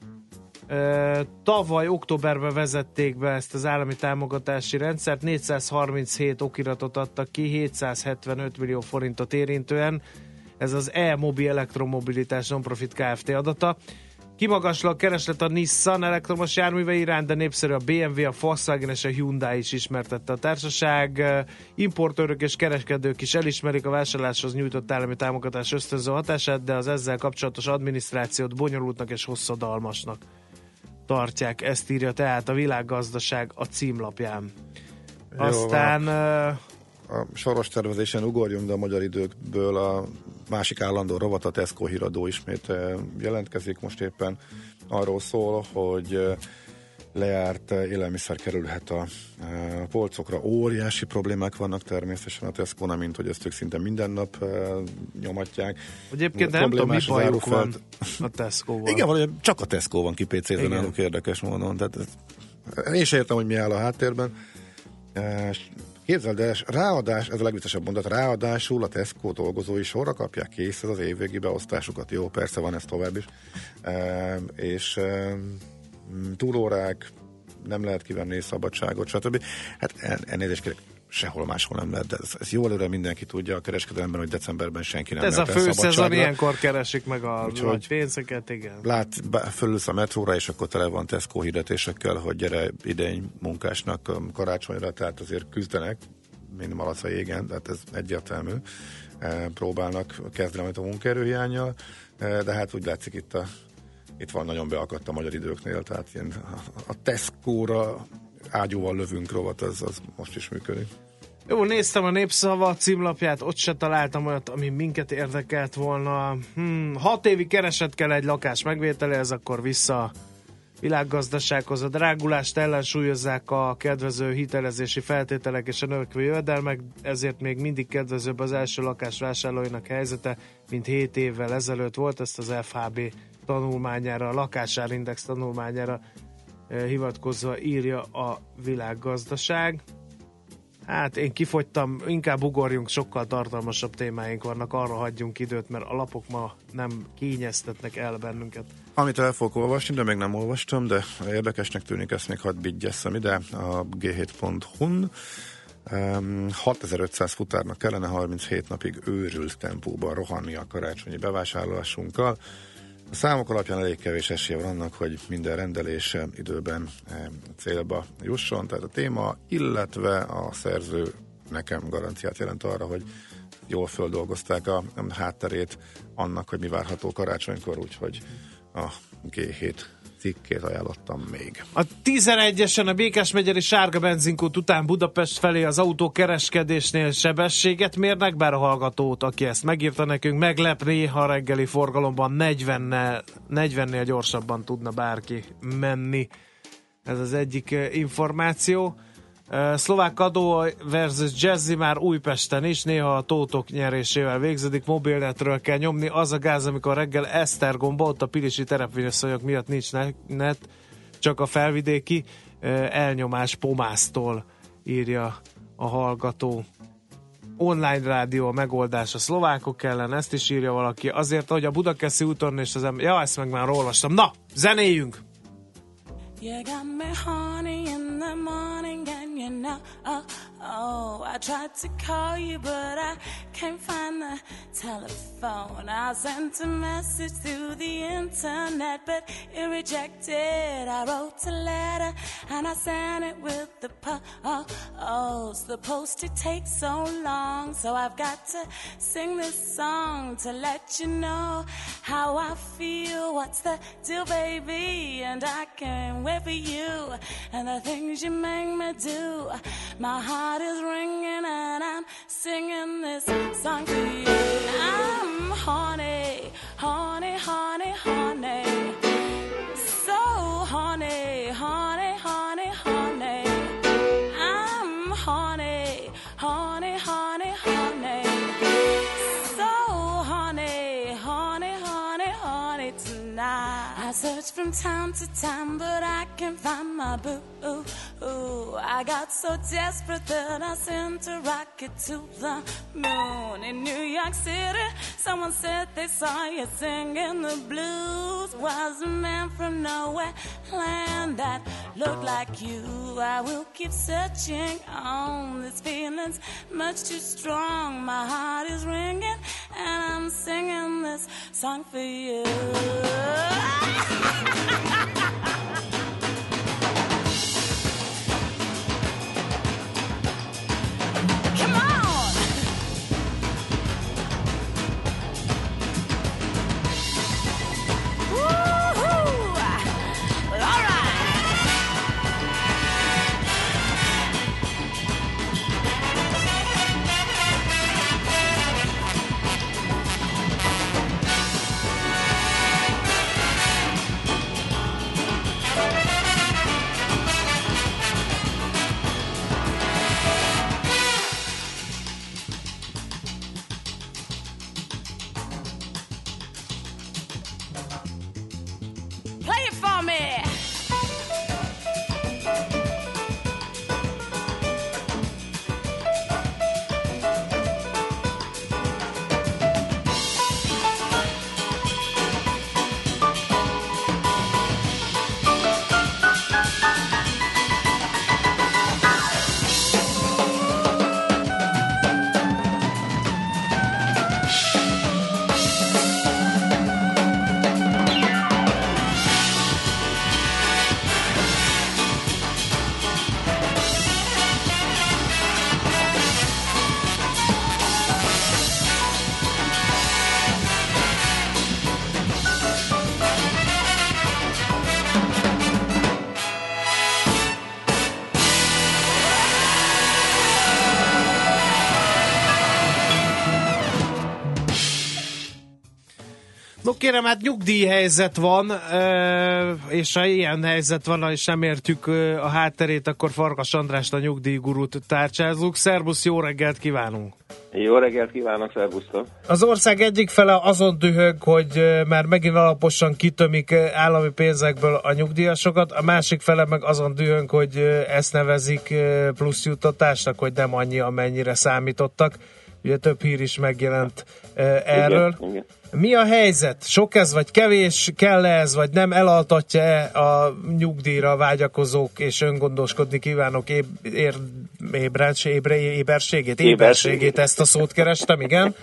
Uh, tavaly októberben vezették be ezt az állami támogatási rendszert, négyszázharminchét okiratot adtak ki, hétszázhetvenöt millió forintot érintően, ez az E-Mobi Elektromobilitás Nonprofit Kft. Adata. Kimagasló a kereslet a Nissan elektromos járműve iránt, de népszerű a bé em vé, a Volkswagen és a Hyundai is ismertette a társaság. Importőrök és kereskedők is elismerik a vásárláshoz nyújtott állami támogatás ösztönző hatását, de az ezzel kapcsolatos adminisztrációt bonyolultnak és hosszadalmasnak tartják. Ezt írja tehát a Világgazdaság a címlapján. Jó, aztán... A, a soros tervezésen ugorjunk, de a magyar időkből a másik állandó rovat, a Tesco híradó ismét jelentkezik. Most éppen arról szól, hogy lejárt élelmiszer kerülhet a polcokra. Óriási problémák vannak természetesen a Tesco-nál, mint hogy ezt ők szinte minden nap nyomatják. Egyébként nem tudom, mi bajuk van a Tesco-val. Igen, valahogy csak a Tesco van kipécézve náluk érdekes módon. Tehát ez, én sem értem, hogy mi áll a háttérben. Képzeld el, ráadás, ez a legviccesebb mondat, ráadásul a Tesco dolgozói sorra kapják kész ez az évvégi beosztásukat. Jó, persze van ez tovább is. E, és e, túlórák, nem lehet kivenni szabadságot, stb. Hát elnézést kérek, sehol máshol nem lehet, de ez, ez jó előre mindenki tudja a kereskedelemben, hogy decemberben senki nem ez lehet a főszezon, ilyenkor keresik meg a úgyhogy nagy pénzeket, igen. Lát, fölülsz a metróra, és akkor tele van Tesco hirdetésekkel, hogy gyere idény munkásnak karácsonyra, tehát azért küzdenek, mint malac a jégen, tehát ez egyértelmű. E, próbálnak kezdeni a munkaerőhiánnyal, e, de hát úgy látszik itt a itt van nagyon beakadt a magyar időknél, tehát ilyen a Tesco-ra ágyúval lövünk rovat, az, az most is működik. Jó, néztem a Népszava címlapját, ott se találtam olyat, ami minket érdekelt volna. Hmm, hat évi kereset kell egy lakás megvételéhez, akkor vissza világgazdasághoz. A drágulást ellensúlyozzák a kedvező hitelezési feltételek és a növekvő jövedelmek, ezért még mindig kedvezőbb az első lakás vásárlóinak helyzete, mint hét évvel ezelőtt volt. Ezt az ef há bé tanulmányára, a lakásárindex tanulmányára eh, hivatkozva írja a Világgazdaság. Hát én kifogytam, inkább ugorjunk, sokkal tartalmasabb témáink vannak, arra hagyjunk időt, mert a lapok ma nem kényeztetnek el bennünket. Amit el fogok olvasni, de még nem olvastam, de érdekesnek tűnik, ezt még hadd vigyesszem ide, a gé hét pont hu-n. Um, hatezer-ötszáz futárnak kellene harminchét napig őrült tempóban rohanni a karácsonyi bevásárlásunkkal. A számok alapján elég kevés esélye van annak, hogy minden rendelés időben célba jusson. Tehát a téma, illetve a szerző nekem garanciát jelent arra, hogy jól földolgozták a hátterét annak, hogy mi várható karácsonykor, úgyhogy a gé hét cikkét ajánlottam még. A tizenegyesen a Békás megyeri sárga benzinkút után Budapest felé az autókereskedésnél sebességet mérnek, bár a hallgatót, aki ezt megírta nekünk, meglepné, ha a reggeli forgalomban negyvennel, negyvennél gyorsabban tudna bárki menni. Ez az egyik információ. Szlovák adó versus Jazzy már Újpesten is, néha a tótok nyerésével végződik, mobilnetről kell nyomni, az a gáz, amikor reggel Esztergomba, ott a pilisi terepvinyösszonyok miatt nincs net, csak a felvidéki elnyomás Pomásztól, írja a hallgató. Online rádió a megoldás a szlovákok ellen, ezt is írja valaki, azért, hogy a Budakeszi úton és az ember... Ja, ezt meg már olvastam. Na, zenéljünk! You got me horny in the morning and you know, oh, oh, I tried to call you but I can't find the telephone. I sent a message through the internet but it rejected. I wrote a letter and I sent it with the post. The postage takes so long, so I've got to sing this song to let you know how I feel. What's the deal, baby? And I can't wait for you and the things you make me do. My heart is ringing and I'm singing this song for you. I'm horny, horny, horny, horny. So horny, horny, horny, horny. I'm horny, horny, horny, horny. So horny, horny, horny, horny tonight. I search from time to time, but I can't find my boo. Ooh, I got so desperate that I sent a rocket to the moon. In New York City, someone said they saw you singing the blues. Was a man from nowhere land that looked like you. I will keep searching on. This feeling's much too strong. My heart is ringing and I'm singing this song for you. No kérem, hát nyugdíjhelyzet van, és ha ilyen helyzet van, és nem értjük a hátterét, akkor Farkas Andrást, a nyugdíjgurút tárcsázzuk. Szerbusz, jó reggelt kívánunk! Jó reggelt kívánok, szervusztok! Az ország egyik fele azon dühög, hogy már megint alaposan kitömik állami pénzekből a nyugdíjasokat, a másik fele meg azon dühög, hogy ezt nevezik plusz juttatásnak, hogy nem annyi, amennyire számítottak. Ugye több hír is megjelent erről. Igen, igen. Mi a helyzet? Sok ez, vagy kevés? Kell ez, vagy nem? Elaltatja-e a nyugdíjra vágyakozók és öngondoskodni kívánok éb, ér, ébrens, ébre, éberségét? Éberségét, ezt a szót kerestem, igen.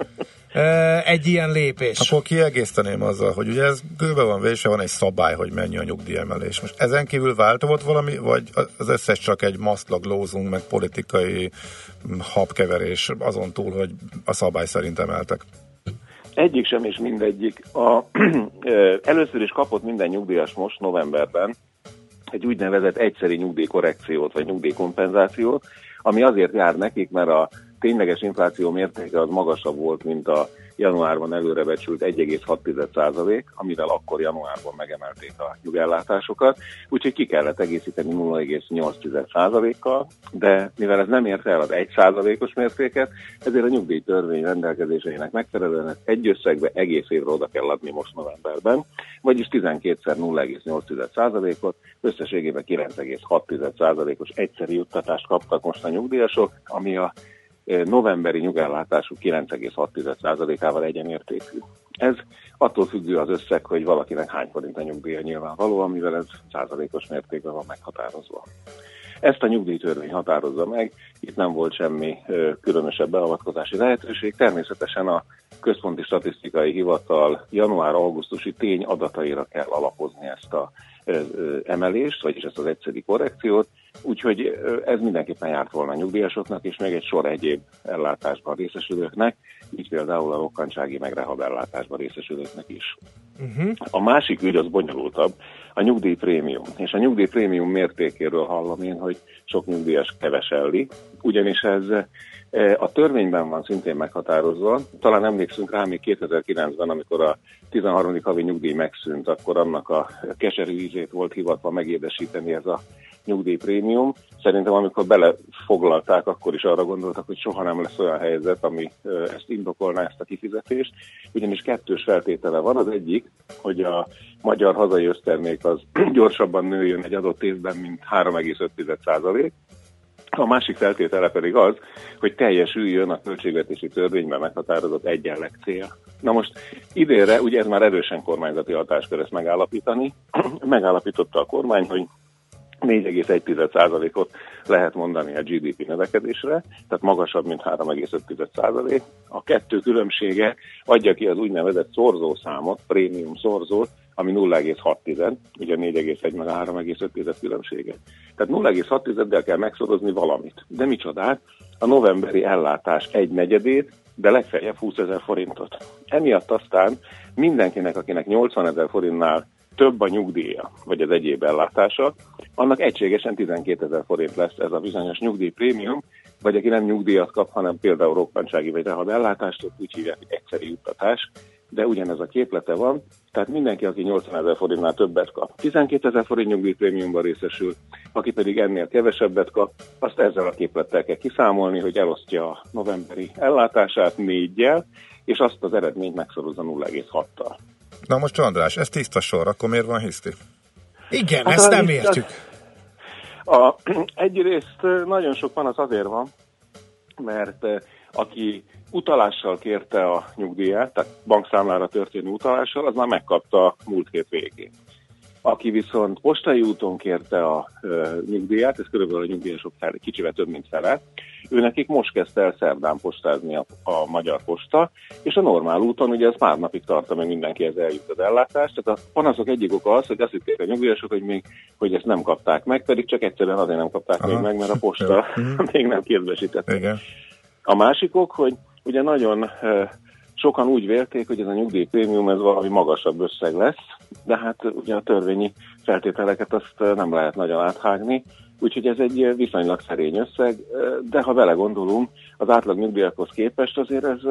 Egy ilyen lépés. Akkor kiegészteném azzal, hogy ugye ez kőbe van vésve, van egy szabály, hogy mennyi a nyugdíjemelés. Most ezen kívül változott valami, vagy az összes csak egy maszlag lózunk, meg politikai habkeverés azon túl, hogy a szabály szerint emeltek? Egyik sem és mindegyik. A, először is kapott minden nyugdíjas most novemberben egy úgynevezett egyszeri nyugdíjkorrekciót, vagy nyugdíjkompenzációt, ami azért jár nekik, mert a tényleges infláció mértéke az magasabb volt, mint a januárban előrebecsült egy egész hat százalék, amivel akkor januárban megemelték a nyugellátásokat, úgyhogy ki kellett egészíteni nulla egész nyolc százalékkal, de mivel ez nem érte el az egy százalékos mértéket, ezért a nyugdíjtörvény rendelkezéseinek megfelelően ezt egy összegbe egész évre oda kell adni most novemberben, vagyis tizenkétszer nulla egész nyolc százalékot, összességében kilenc egész hat százalékos egyszeri juttatást kaptak most a nyugdíjasok, ami a novemberi nyugellátásuk kilenc egész hat százalékával egyenértékű. Ez attól függő az összeg, hogy valakinek hány forint a nyugdíja nyilvánvalóan, mivel ez százalékos mértékben van meghatározva. Ezt a nyugdíjtörvény határozza meg, itt nem volt semmi ö, különösebb beavatkozási lehetőség. Természetesen a Központi Statisztikai Hivatal január-augusztusi tény adataira kell alapozni ezt a ö, ö, emelést, vagyis ezt az egyszeri korrekciót, úgyhogy ö, ez mindenképpen járt volna a nyugdíjasoknak, és még egy sor egyéb ellátásban részesülőknek, így például a rokkantsági meg rehab-ellátásban részesülőknek is. Uh-huh. A másik ügy az bonyolultabb, a nyugdíjprémium. És a nyugdíjprémium mértékéről hallom én, hogy sok nyugdíjas keveselli, ugyanis ez a törvényben van szintén meghatározva. Talán emlékszünk rá még kétezer-kilencben, amikor a tizenharmadik havi nyugdíj megszűnt, akkor annak a keserű ízét volt hivatva megédesíteni ez a nyugdíjprémium. Szerintem amikor belefoglalták, akkor is arra gondoltak, hogy soha nem lesz olyan helyzet, ami ezt indokolná, ezt a kifizetést, ugyanis kettős feltétele van. Az egyik, hogy a magyar hazai össztermék az gyorsabban nőjön egy adott évben, mint három egész öt százalék. A másik feltétele pedig az, hogy teljesüljön a költségvetési törvényben meghatározott egyenleg cél. Na most idénre, ugye ez már erősen kormányzati hatáskör ezt megállapítani, megállapította a kormány, hogy négy egész egy százalékot lehet mondani a gé dé pé növekedésre, tehát magasabb, mint három egész öt százalék. A kettő különbsége adja ki az úgynevezett szorzószámot, prémium szorzót, ami nulla egész hat, ugye négy egész egy meg a három egész öt különbsége. Tehát nulla egész hat-del kell megszorozni valamit. De micsodát? A novemberi ellátás egy negyedét, de legfeljebb húszezer forintot. Emiatt aztán mindenkinek, akinek nyolcvanezer forintnál több a nyugdíja, vagy az egyéb ellátása, annak egységesen tizenkétezer forint lesz ez a bizonyos nyugdíjprémium, vagy aki nem nyugdíjat kap, hanem például rokkantsági vagy rehab ellátást, ott úgy hívják, hogy egyszeri juttatás, de ugyanez a képlete van, tehát mindenki, aki nyolcvanezer forintnál többet kap, tizenkétezer forint nyugdíjprémiumban részesül, aki pedig ennél kevesebbet kap, azt ezzel a képlettel kell kiszámolni, hogy elosztja a novemberi ellátását négyel, és azt az eredményt megszorozza nulla egész hattal. Na most András, ez tiszta sor, akkor miért van hiszti? Igen, hát ezt nem értjük. A, egyrészt nagyon sok van, az azért van, mert aki utalással kérte a nyugdíját, tehát bankszámlára történő utalással, az már megkapta múlt hét végén. Aki viszont postai úton kérte a ö, nyugdíjat, ez körülbelül a nyugdíjasok kicsivel több, mint fele, ő nekik most kezdte el szerdán postázni a, a Magyar Posta, és a normál úton ugye ez pár napig tart, amíg mindenkihez eljut az ellátást. Tehát a panaszok egyik oka az, hogy azt hitték a nyugdíjasok, hogy, még, hogy ezt nem kapták meg, pedig csak egyszerűen azért nem kapták Aha. még meg, mert a posta még nem kézbesítette. Igen. A másik ok, hogy ugye nagyon uh, sokan úgy vélték, hogy ez a nyugdíjprémium ez valami magasabb összeg lesz, de hát ugye a törvényi feltételeket azt nem lehet nagyon áthágni, úgyhogy ez egy viszonylag szerény összeg, de ha vele gondolunk, az átlag nyugdíjakhoz képest azért ez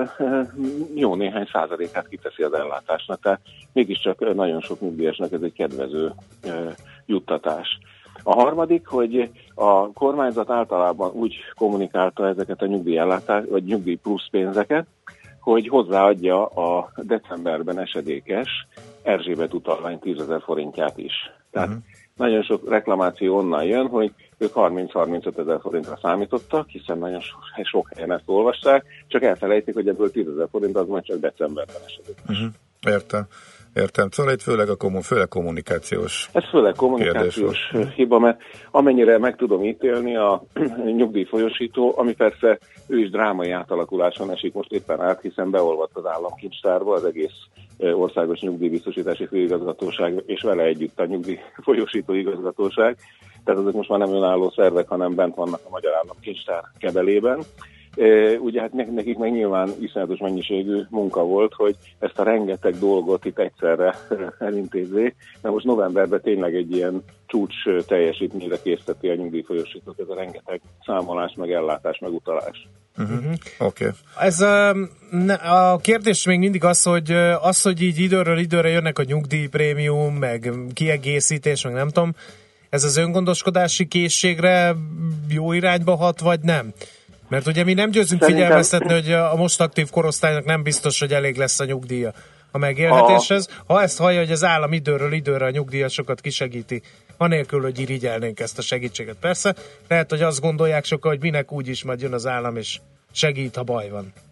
jó néhány százalékát kiteszi az ellátásnak, tehát mégiscsak nagyon sok nyugdíjasnak ez egy kedvező juttatás. A harmadik, hogy a kormányzat általában úgy kommunikálta ezeket a nyugdíjellátás, vagy nyugdíj plusz pénzeket, hogy hozzáadja a decemberben esedékes Erzsébet utalvány tízezer forintját is. Tehát uh-huh. nagyon sok reklamáció onnan jön, hogy ők harminc-harmincöt ezer forintra számítottak, hiszen nagyon sok, sok helyen ezt olvasták, csak elfelejtik, hogy ebből tízezer forint az majd csak decemberben esedékes. Uh-huh. Értem. Értem, szóval itt főleg, a kommun, főleg kommunikációs Ez főleg kommunikációs hiba, mert amennyire meg tudom ítélni a nyugdíjfolyosító, ami persze ő is drámai átalakuláson esik most éppen át, hiszen beolvadt az államkincstárba az egész országos nyugdíjbiztosítási főigazgatóság, és vele együtt a nyugdíjfolyosító igazgatóság, tehát azok most már nem önálló szervek, hanem bent vannak a Magyar Államkincstár kebelében. Ugye hát nekik meg nyilván iszonyatos mennyiségű munka volt, hogy ezt a rengeteg dolgot itt egyszerre elintézzék, mert most novemberben tényleg egy ilyen csúcs teljesítményre készíteti a nyugdíjfolyosítók, ez a rengeteg számolás, meg ellátás, meg utalás. Uh-huh. Oké. Okay. Ez a, a kérdés még mindig az, hogy az, hogy így időről időre jönnek a nyugdíjprémium, meg kiegészítés, meg nem tudom, ez az öngondoskodási készségre jó irányba hat, vagy nem? Mert ugye mi nem győzünk Szerintem... figyelmeztetni, hogy a most aktív korosztálynak nem biztos, hogy elég lesz a nyugdíja a megélhetéshez. Ha ezt hallja, hogy az állam időről időre a nyugdíjasokat kisegíti, anélkül, hogy irigyelnénk ezt a segítséget. Persze, lehet, hogy azt gondolják sokan, hogy minek úgyis majd jön az állam, és segít, ha baj van.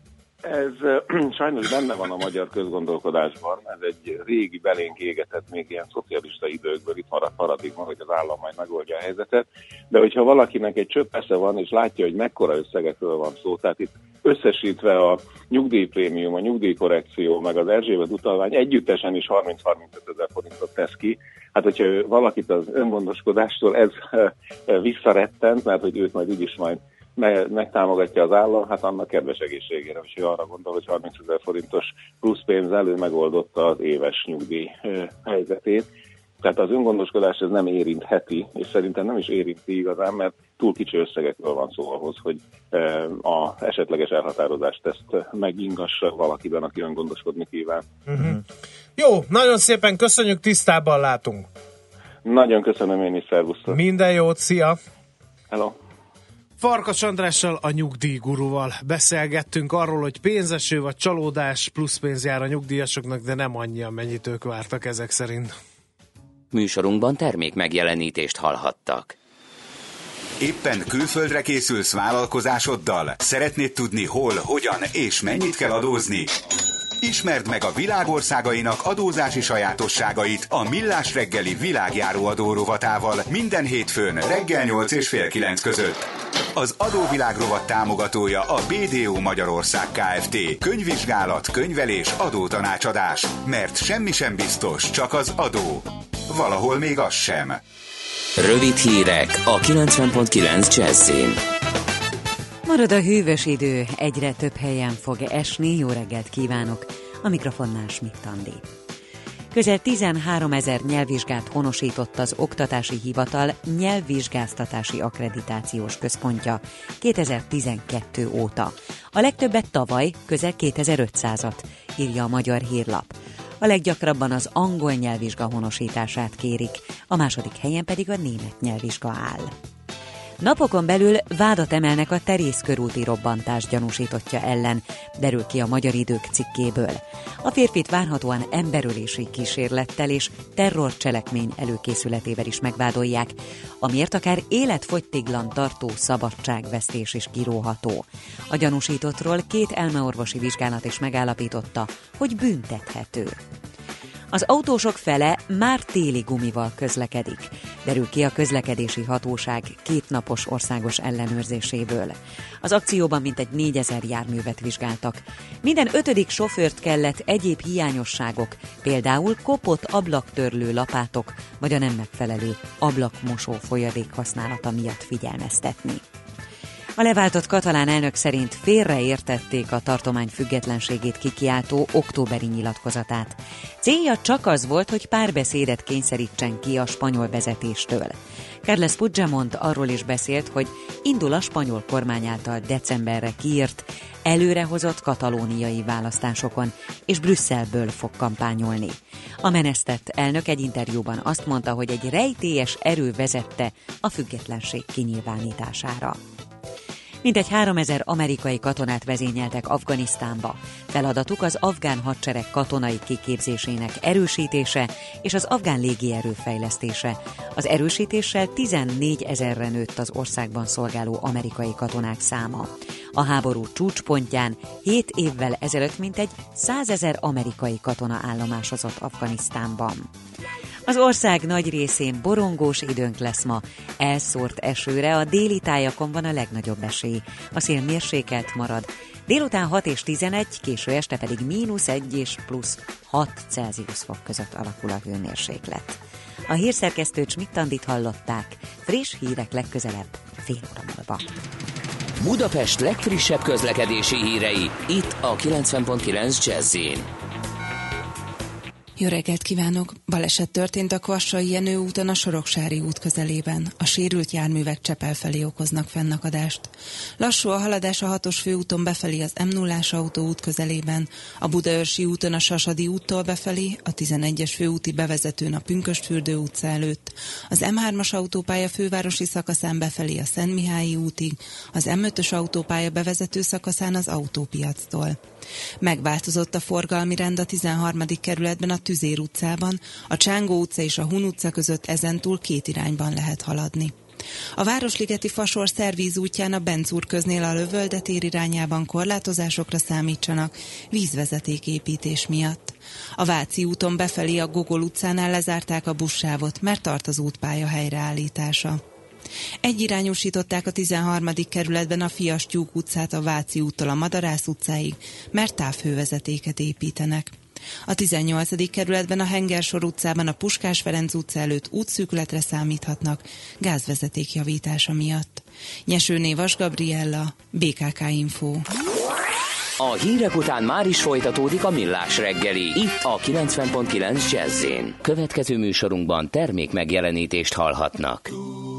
Ez sajnos benne van a magyar közgondolkodásban, ez egy régi belénk égetett, még ilyen szocialista időkből itt maradt paradigma, hogy az állam majd megoldja a helyzetet, de hogyha valakinek egy csöpp esze van, és látja, hogy mekkora összegekről van szó, tehát itt összesítve a nyugdíjprémium, a nyugdíjkorrekció, meg az Erzsébet utalvány együttesen is harminc-harmincöt ezer forintot tesz ki, hát hogyha valakit az öngondoskodástól ez visszarettent, mert hogy őt majd úgyis majd megtámogatja az állam, hát annak kedves egészségére, úgyhogy arra gondol, hogy harmincezer forintos plusz pénzzel ő megoldotta az éves nyugdíj helyzetét. Tehát az öngondoskodás ez nem érintheti, és szerintem nem is érinti igazán, mert túl kicsi összegekről van szó ahhoz, hogy a esetleges elhatározást ezt megingassa valakiben, aki öngondoskodni kíván. Uh-huh. Jó, nagyon szépen köszönjük, tisztában látunk. Nagyon köszönöm én is, szervusztok. Minden jót, szia! Hello! Farkas Andrással, a nyugdíjguruval beszélgettünk arról, hogy pénzeső vagy csalódás plusz pénz jár a nyugdíjasoknak, de nem annyi, amennyit ők vártak ezek szerint. Műsorunkban termék megjelenítést hallhattak. Éppen külföldre készülsz vállalkozásoddal? Szeretnéd tudni hol, hogyan és mennyit kell adózni? Ismerd meg a világ országainak adózási sajátosságait a Millás reggeli világjáró adó rovatával minden hétfőn reggel nyolc és fél kilenc között. Az adóvilág rovat támogatója a bé dé o Magyarország Kft. Könyvvizsgálat, könyvelés, adótanácsadás. Mert semmi sem biztos, csak az adó. Valahol még az sem. Rövid hírek a kilencven pont kilenc Jazzin. Marad a hűvös idő, egyre több helyen fog esni. Jó reggelt kívánok! A mikrofonnál Schmidt Andi. Közel tizenháromezer nyelvvizsgát honosított az Oktatási Hivatal nyelvvizsgáztatási akkreditációs központja kétezer-tizenkettő óta. A legtöbbet tavaly, közel kétezer-ötszázat, írja a Magyar Hírlap. A leggyakrabban az angol nyelvvizsga honosítását kérik, a második helyen pedig a német nyelvvizsga áll. Napokon belül vádat emelnek a Terész-körúti robbantás gyanúsítottja ellen, derül ki a Magyar Idők cikkéből. A férfit várhatóan emberölési kísérlettel és terrorcselekmény előkészületével is megvádolják, amiért akár életfogytiglan tartó szabadságvesztés is kiróható. A gyanúsítottról két elmeorvosi vizsgálat is megállapította, hogy büntethető. Az autósok fele már téli gumival közlekedik, derül ki a közlekedési hatóság kétnapos országos ellenőrzéséből. Az akcióban mintegy négyezer járművet vizsgáltak. Minden ötödik sofőrt kellett egyéb hiányosságok, például kopott ablaktörlő lapátok, vagy a nem megfelelő ablakmosó folyadék használata miatt figyelmeztetni. A leváltott katalán elnök szerint félreértették a tartomány függetlenségét kikiáltó októberi nyilatkozatát. Célja csak az volt, hogy párbeszédet kényszerítsen ki a spanyol vezetéstől. Carles Puigdemont arról is beszélt, hogy indul a spanyol kormány által decemberre kiírt, előrehozott katalóniai választásokon, és Brüsszelből fog kampányolni. A menesztett elnök egy interjúban azt mondta, hogy egy rejtélyes erő vezette a függetlenség kinyilvánítására. Mintegy háromezer amerikai katonát vezényeltek Afganisztánba. Feladatuk az afgán hadsereg katonai kiképzésének erősítése és az afgán légierő fejlesztése. Az erősítéssel tizennégyezerre nőtt az országban szolgáló amerikai katonák száma. A háború csúcspontján hét évvel ezelőtt mintegy százezer amerikai katona állomásozott Afganisztánban. Az ország nagy részén borongós időnk lesz ma. Elszórt esőre, a déli tájakon van a legnagyobb esély. A szél mérsékelt marad. Délután hat és tizenegy, késő este pedig mínusz egy és plusz hat Celsius fok között alakul a hőmérséklet. A hírszerkesztőt Schmidt-Andit hallották. Friss hírek legközelebb, fél óra múlva. Budapest legfrissebb közlekedési hírei, itt a kilencven pont kilenc Jazzin. Jó reggelt kívánok! Baleset történt a Kvassai Jenő úton a Soroksári út közelében. A sérült járművek Csepel felé okoznak fennakadást. Lassú a haladás a hatos főúton befelé az M nullás autóút közelében, a Budaörsi úton a Sasadi úttól befelé, a tizenegyes főúti bevezetőn a Pünkösdfürdő utca előtt, az M hármas autópálya fővárosi szakaszán befelé a Szentmihályi útig, az M ötös autópálya bevezető szakaszán az Autópiactól. Megváltozott a forgalmi rend a tizenharmadik kerületben a Tüzér utcában, a Csángó utca és a Hun utca között ezentúl két irányban lehet haladni. A Városligeti Fasor szervíz útján a Benc úr köznél a Lövöldetér irányában korlátozásokra számítsanak vízvezetéképítés miatt. A Váci úton befelé a Gogol utcánál lezárták a buszsávot, mert tart az útpálya helyreállítása. Egyirányosították a tizenharmadik kerületben a Fiastyúk utcát a Váci úttól a Madarász utcáig, mert távhővezetéket építenek. A tizennyolcadik kerületben a Hengersor utcában a Puskás Ferenc utca előtt útszűkületre számíthatnak gázvezeték javítása miatt. Nyesőné Vas Gabriella, bé ká ká Info. A hírek után már is folytatódik a Millás reggeli, itt a kilencven pont kilenc Jazz-én. Következő műsorunkban termék megjelenítést hallhatnak.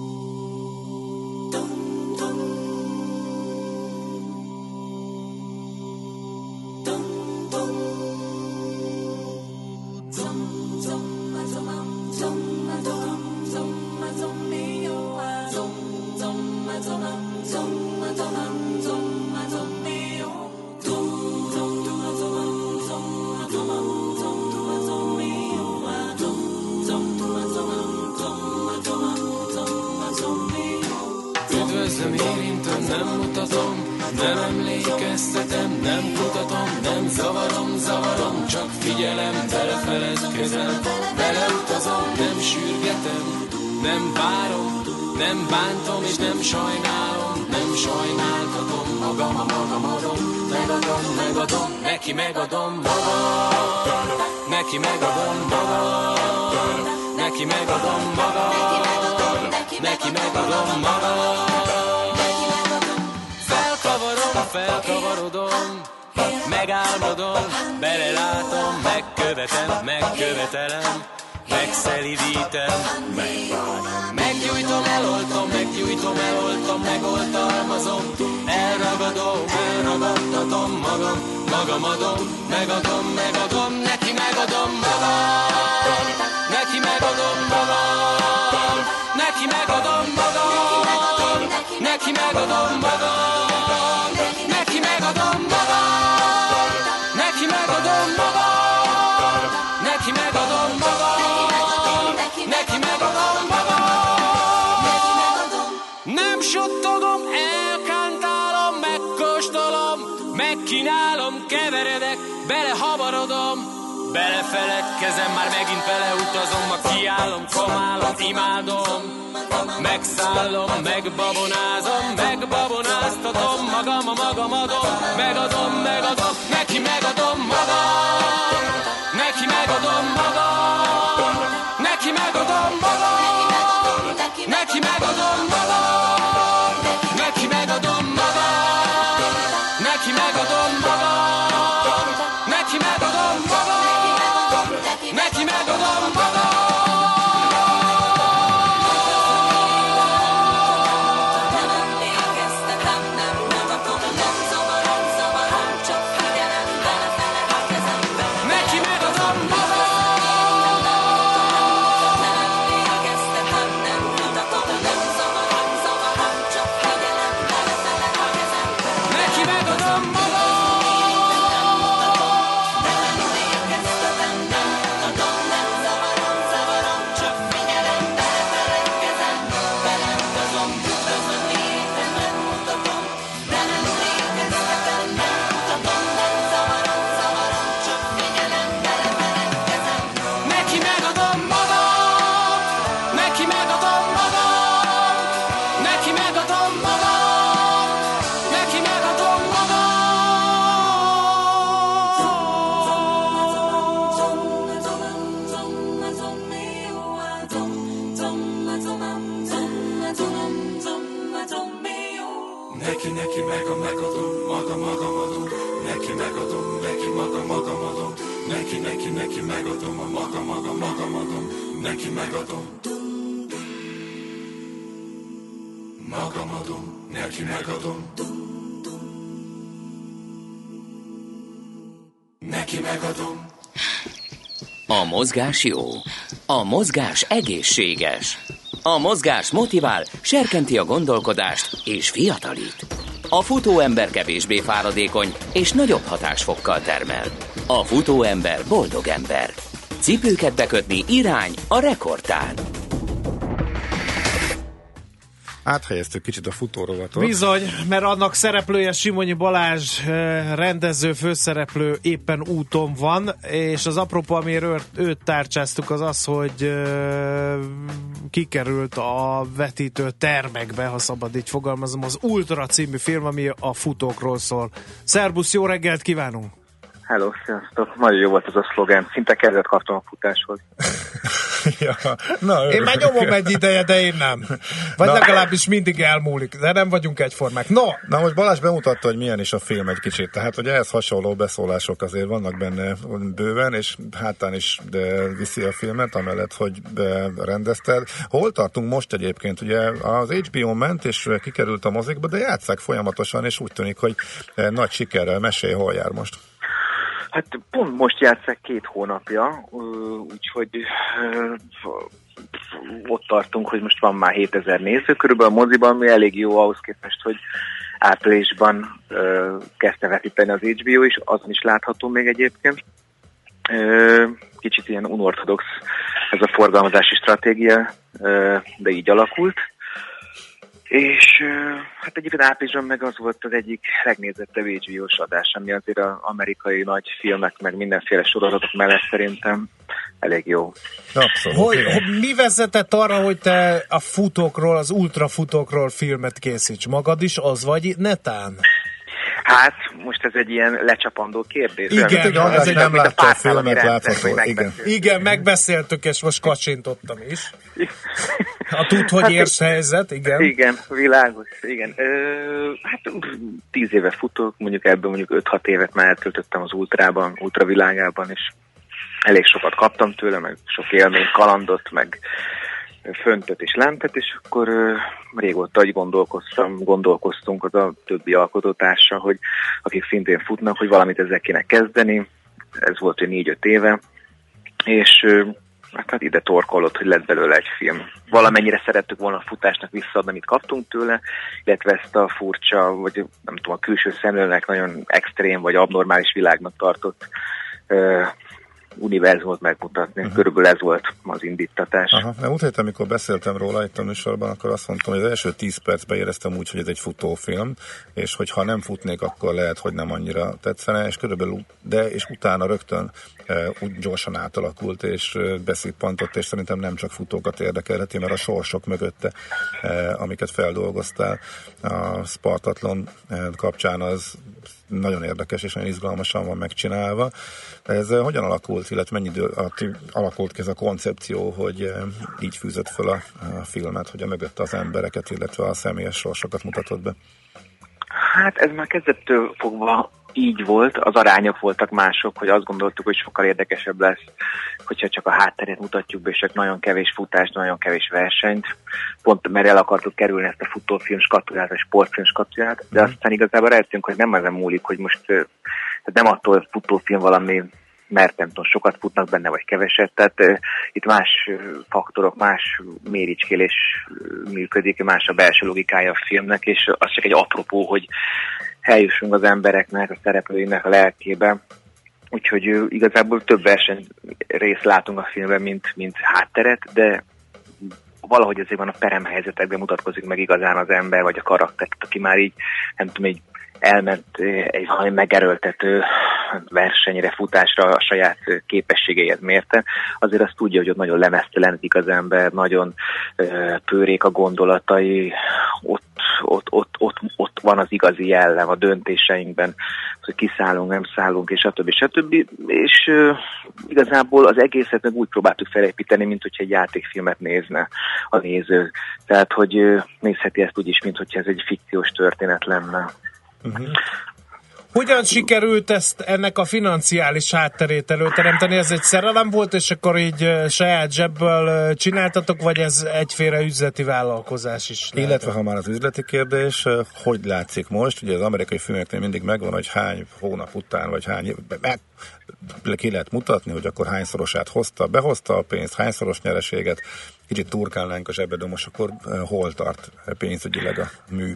Üdvözlöm, érintem, nem mutatom, nem emlékeztetem, nem kutatom, nem zavarom, zavarom, csak figyelem, belefeledkezem, beleutazom, nem sürgetem, nem várom, nem bántom és nem sajnálom, nem sajnáltatom magam, a magam adom, megadom, megadom, neki megadom magam, neki megadom magam, neki megadom magam, neki megadom magam. Felkavarom, felkavarodom, megálmodom, belelátom, megkövetem, megkövetelem, megszelidítem, megbánom. Meggyújtom, eloltom, meggyújtom, eloltom, megoltalmazom, elragadom, elragadtatom magam, magam adom, megadom, megadom, neki megadom magam, neki megadom magam, neki megadom magam, neki megadom magam, neki megadom magam, neki megadom magam, neki megadom magam, neki megadom magam. Nem suttogom, elkántálom, megkóstolom, megkínálom, keveredek, belehabarodom, belefeledkezem, már megint beleutazom, ma kiállom, komálom, imádom, megszállom, megbabonázom, megbabonáztatom, magam a magam adom, megadom, megadom, neki megadom magam, neki megadom magam, neki megadom magam, neki megadom magam, neki megadom magam, neki megadom magam, neki megadom magam, neki megadom magam. A mozgás jó. A mozgás egészséges. A mozgás motivál, serkenti a gondolkodást és fiatalít. A futóember kevésbé fáradékony és nagyobb hatásfokkal termel. A futóember boldog ember. Cipőket bekötni irány a rekordtár. Áthelyeztük kicsit a futórovatot. Bizony, mert annak szereplője Simonyi Balázs, rendező, főszereplő éppen úton van, és az apropó, amiről őt tárcsáztuk, az az, hogy kikerült a vetítő termekbe, ha szabad így fogalmazom, az Ultra című film, ami a futókról szól. Szerbusz, jó reggelt kívánunk! Hello, sziasztok! Nagyon jó volt ez a szlogán. Szinte kedvet kaptam a futáshoz. ja, na, én már nyomom egy ideje, de én nem. Vagy na, legalábbis mindig elmúlik, de nem vagyunk egyformák. No! Na, most Balázs bemutatta, hogy milyen is a film egy kicsit. Tehát, hogy ehhez hasonló beszólások azért vannak benne bőven, és hátán is de viszi a filmet, amellett, hogy rendezted. Hol tartunk most egyébként? Ugye az há bé ó ment, és kikerült a mozikba, de játsszák folyamatosan, és úgy tűnik, hogy nagy sikerrel. Mesélj, hol jár most? Hát pont most játsszák két hónapja, úgyhogy ott tartunk, hogy most van már hétezer néző körülbelül a moziban, ami elég jó ahhoz képest, hogy áprilisban kezdte vetíteni az há bé ó is, azon is látható még egyébként. Kicsit ilyen unorthodox ez a forgalmazási stratégia, de így alakult. És hát egyébként áprilisban meg az volt az egyik legnézettebb há bé ó-s adás, ami azért az amerikai nagy filmek, meg mindenféle sorozatok mellett szerintem elég jó. Abszolút. Hogy, hogy mi vezetett arra, hogy te a futókról, az ultrafutókról filmet készíts? Magad is az vagy netán? Hát, most ez egy ilyen lecsapandó kérdés. Igen, igen ez, ez egy nem látta a filmet, látható. Igen. igen, megbeszéltük, és most kacsintottam is. A tud, hogy hát, érsz helyzet, igen. Igen, világos, igen. Ö, hát tíz éve futok, mondjuk ebből mondjuk öt-hat évet már eltöltöttem az ultrában, ultravilágában, és elég sokat kaptam tőle, meg sok élmény, kalandot, meg föntöt és lentet, és akkor ö, régóta így gondolkoztam, gondolkoztunk az a többi alkotótársal, hogy akik szintén futnak, hogy valamit ezzel kéne kezdeni. Ez volt, hogy négy-öt éve, és ö, hát, hát ide torkolott, hogy lett belőle egy film. Valamennyire szerettük volna a futásnak visszaadni, amit kaptunk tőle, illetve ezt a furcsa, vagy nem tudom, a külső szemlélőnek nagyon extrém, vagy abnormális világnak tartott ö, univerzumot megmutatni. Uh-huh. Körülbelül ez volt az indítatás. Aha, mert múlt héten, amikor beszéltem róla itt a műsorban, akkor azt mondtam, hogy az első tíz percben éreztem úgy, hogy ez egy futófilm, és hogy ha nem futnék, akkor lehet, hogy nem annyira tetszene, és körülbelül, de és utána rögtön e, úgy gyorsan átalakult, és e, beszippantott, és szerintem nem csak futókat érdekelheti, mert a sorsok mögötte, e, amiket feldolgoztál a Spartathlon e, kapcsán, az nagyon érdekes és nagyon izgalmasan van megcsinálva. Ez hogyan alakult, illetve mennyi idő alakult ki ez a koncepció, hogy így fűzött fel a, a filmet, hogy a mögött az embereket, illetve a személyes sorsokat mutatod be? Hát ez már kezdettől fogva így volt, az arányok voltak mások, hogy azt gondoltuk, hogy sokkal érdekesebb lesz, hogyha csak a hátteret mutatjuk be, és csak nagyon kevés futást, nagyon kevés versenyt, pont mert el akartuk kerülni ezt a futófilm skatujárt, vagy sportfilm skatujárt, de aztán igazából rájöttünk, hogy nem ezen múlik, hogy most nem attól futófilm valami, mert nem tudom, sokat futnak benne, vagy keveset, tehát uh, itt más faktorok, más méricskélés működik, más a belső logikája a filmnek, és az csak egy apropó, hogy eljussunk az embereknek, a szereplőinek a lelkébe. Úgyhogy uh, igazából több verseny részt látunk a filmben, mint, mint hátteret, de valahogy azért van a peremhelyzetekben mutatkozik meg igazán az ember, vagy a karakter, aki már így, nem tudom, így elment egy valami megerőltető versenyre, futásra a saját képességeihez mérte, azért azt tudja, hogy ott nagyon lemeztelenedik az ember, nagyon uh, pőrék a gondolatai, ott, ott, ott, ott, ott van az igazi jellem a döntéseinkben, hogy kiszállunk, nem szállunk, és stb. stb. És uh, igazából az egészet meg úgy próbáltuk felépíteni, mint hogyha egy játékfilmet nézne a néző. Tehát, hogy uh, nézheti ezt úgy is, mint hogyha ez egy fikciós történet lenne. Uh-huh. Hogyan sikerült ezt, ennek a financiális hátterét előteremteni? Ez egy szerelem volt, és akkor így uh, saját zsebből uh, csináltatok, vagy ez egyféle üzleti vállalkozás is? Illetve, lehet? Ha már az üzleti kérdés, uh, hogy látszik most? Ugye az amerikai filmeknél mindig megvan, hogy hány hónap után, vagy hány meg ki lehet mutatni, hogy akkor hányszorosát hozta, behozta a pénzt, hányszoros nyereséget, kicsit turkálnánk a zsebbe, de most akkor uh, hol tart pénzügyileg a mű?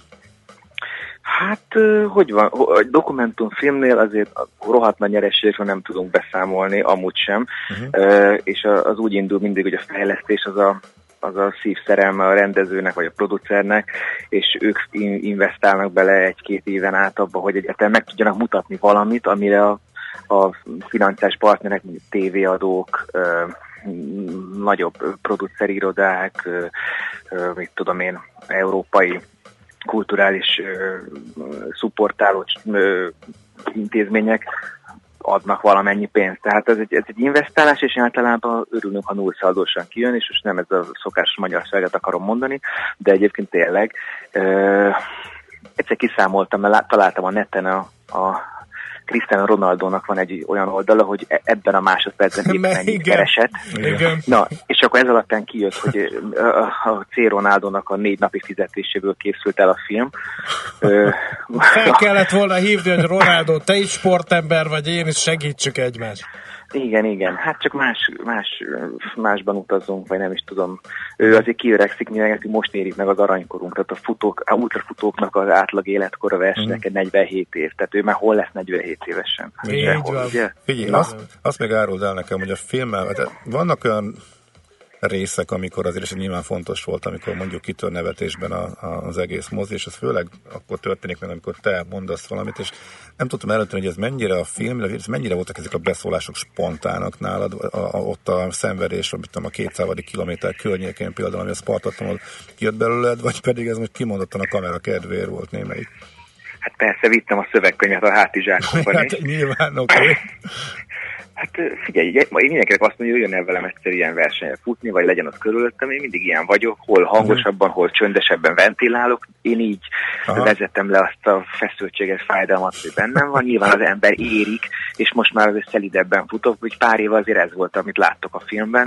Hát, hogy van, a dokumentumfilmnél azért a rohadt nagy nyereségről nem tudunk beszámolni, amúgy sem, uh-huh. uh, és az úgy indul mindig, hogy a fejlesztés az a az a szívszerelme a rendezőnek vagy a producernek, és ők investálnak bele egy-két éven át abba, hogy egyáltalán meg tudjanak mutatni valamit, amire a, a financiális partnerek, mint tévéadók, ö, nagyobb producerirodák, ö, ö, mit tudom én, európai kulturális ö, szupportáló ö, intézmények adnak valamennyi pénzt. Tehát ez egy, ez egy investálás, és általában örülünk, ha nullszaldósan kijön, és most nem ez a szokásos magyarságot akarom mondani, de egyébként tényleg. Ö, egyszer kiszámoltam, mert találtam a neten a, a Cristiano Ronaldónak van egy olyan oldala, hogy ebben a másodpercben épp mennyit keresett. Igen. Na, és akkor ez alapján kijött, hogy a C. Ronaldónak a négy napi fizetéséből készült el a film. Fel kellett volna hívni, hogy Ronaldo, te is sportember vagy, én is, segítsük egymást. Igen, igen. Hát csak más, más, másban utazzunk, vagy nem is tudom. Ő azért kiöregszik, mivel most érik meg az aranykorunk. Tehát a futók, a ultrafutóknak az átlag életkora versenyeken mm. negyvenhét év. Tehát ő már hol lesz negyvenhét évesen? Így van. Figyelj, azt, azt még áruld el nekem, hogy a filmmel, vannak olyan részek, amikor azért, és nyilván fontos volt, amikor mondjuk kitör nevetésben a, a, az egész mozi, és ez főleg akkor történik meg, amikor te mondasz valamit, és nem tudtam előtteni, hogy ez mennyire a film, ez mennyire voltak ezek a beszólások spontának nálad, a, a, ott a szenvedés, amit a kétszázadik kilométer környékén például, ami a Spartatonról kijött belőled, vagy pedig ez most kimondottan a kamera kedvéért volt némelyik? Hát persze, vittem a szövegkönyvet a hátizsákomban. Hát nyilván, oké. Okay. Hát figyelj, én mindenkinek azt mondja, hogy jöjjön el velem egyszer ilyen versenyre futni, vagy legyen ott körülöttem, én mindig ilyen vagyok, hol hangosabban, hol csöndesebben ventilálok, én így Aha. vezetem le azt a feszültséges fájdalmat, hogy bennem van, nyilván az ember érik, és most már azért szelidebben futok, hogy pár éve azért ez volt, amit láttok a filmben.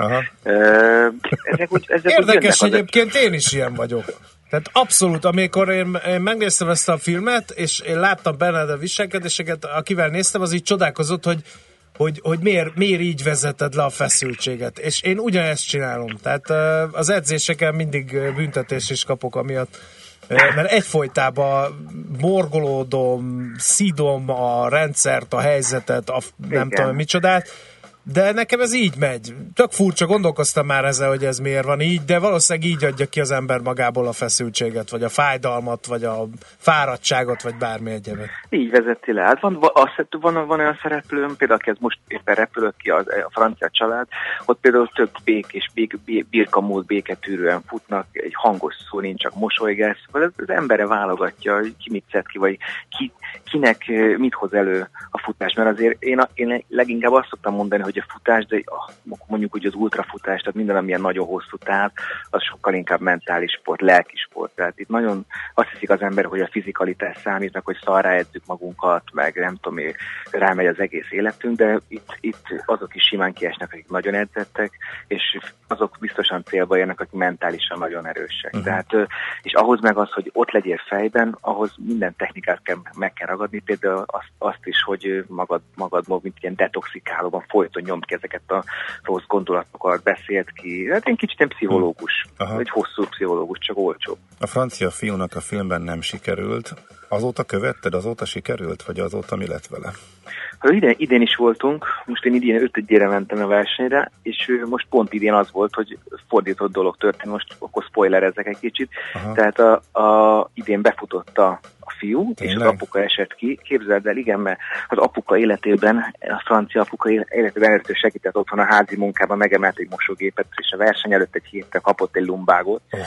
Ö, ezek úgy, ezek Érdekes úgy egyébként, az... én is ilyen vagyok. Tehát abszolút, amikor én, én megnéztem ezt a filmet, és én láttam benned a viselkedéseket, akivel néztem, az így csodálkozott, hogy hogy, hogy miért, miért így vezeted le a feszültséget. És én ugyanezt csinálom. Tehát az edzéseken mindig büntetést is kapok amiatt, mert egyfolytában morgolódom, szidom a rendszert, a helyzetet, a nem tudom micsodát, de nekem ez így megy. Tök furcsa, gondolkoztam már ezzel, hogy ez miért van így, de valószínűleg így adja ki az ember magából a feszültséget, vagy a fájdalmat, vagy a fáradtságot, vagy bármi egyébként. Így vezeti le. Hát van, azt, van, van olyan szereplőm, például aki ez most éppen repülök ki, az, a francia család, ott például több békés, bék, bék, birkamód béketűrően futnak, egy hangos szó nincs, csak mosolygás. Az, az embere válogatja, hogy ki mit szed ki, vagy ki, kinek mit hoz elő a futás. Mert azért én, én leginkább azt szoktam mondani, hogy a futás, de mondjuk úgy az ultrafutás, tehát minden, amilyen nagyon hosszú táv, az sokkal inkább mentális sport, lelki sport. Tehát itt nagyon azt hiszik az ember, hogy a fizikalitás számít, meg hogy szarrá edzük magunkat, meg nem tudom, rámegy az egész életünk, de itt, itt azok is simán kiesnek, akik nagyon edzettek, és azok biztosan célba érnek, akik mentálisan nagyon erősek. Uh-huh. Tehát, és ahhoz meg az, hogy ott legyél fejben, ahhoz minden technikát kell, meg kell ragadni, például azt, azt is, hogy magad, magadból, mint ilyen detoxikálóban folyton nyomd ki ezeket a rossz gondolatokat, beszélt ki. Hát én kicsit ilyen pszichológus, Aha. egy hosszú pszichológus, csak olcsó. A francia fiúnak a filmben nem sikerült. Azóta követted, azóta sikerült, vagy azóta mi lett vele? Ha idén, idén is voltunk, most én idén ötödjére mentem a versenyre, és most pont idén az volt, hogy fordított dolog történt, most akkor spoilerezek egy kicsit. Aha. Tehát a, a, idén befutott a, a fiú, Tényleg? És az apuka esett ki. Képzeld el, igen, mert az apuka életében, a francia apuka életében előtt segített otthon a házi munkában, megemelt egy mosógépet, és a verseny előtt egy héttel kapott egy lumbágot. Oh.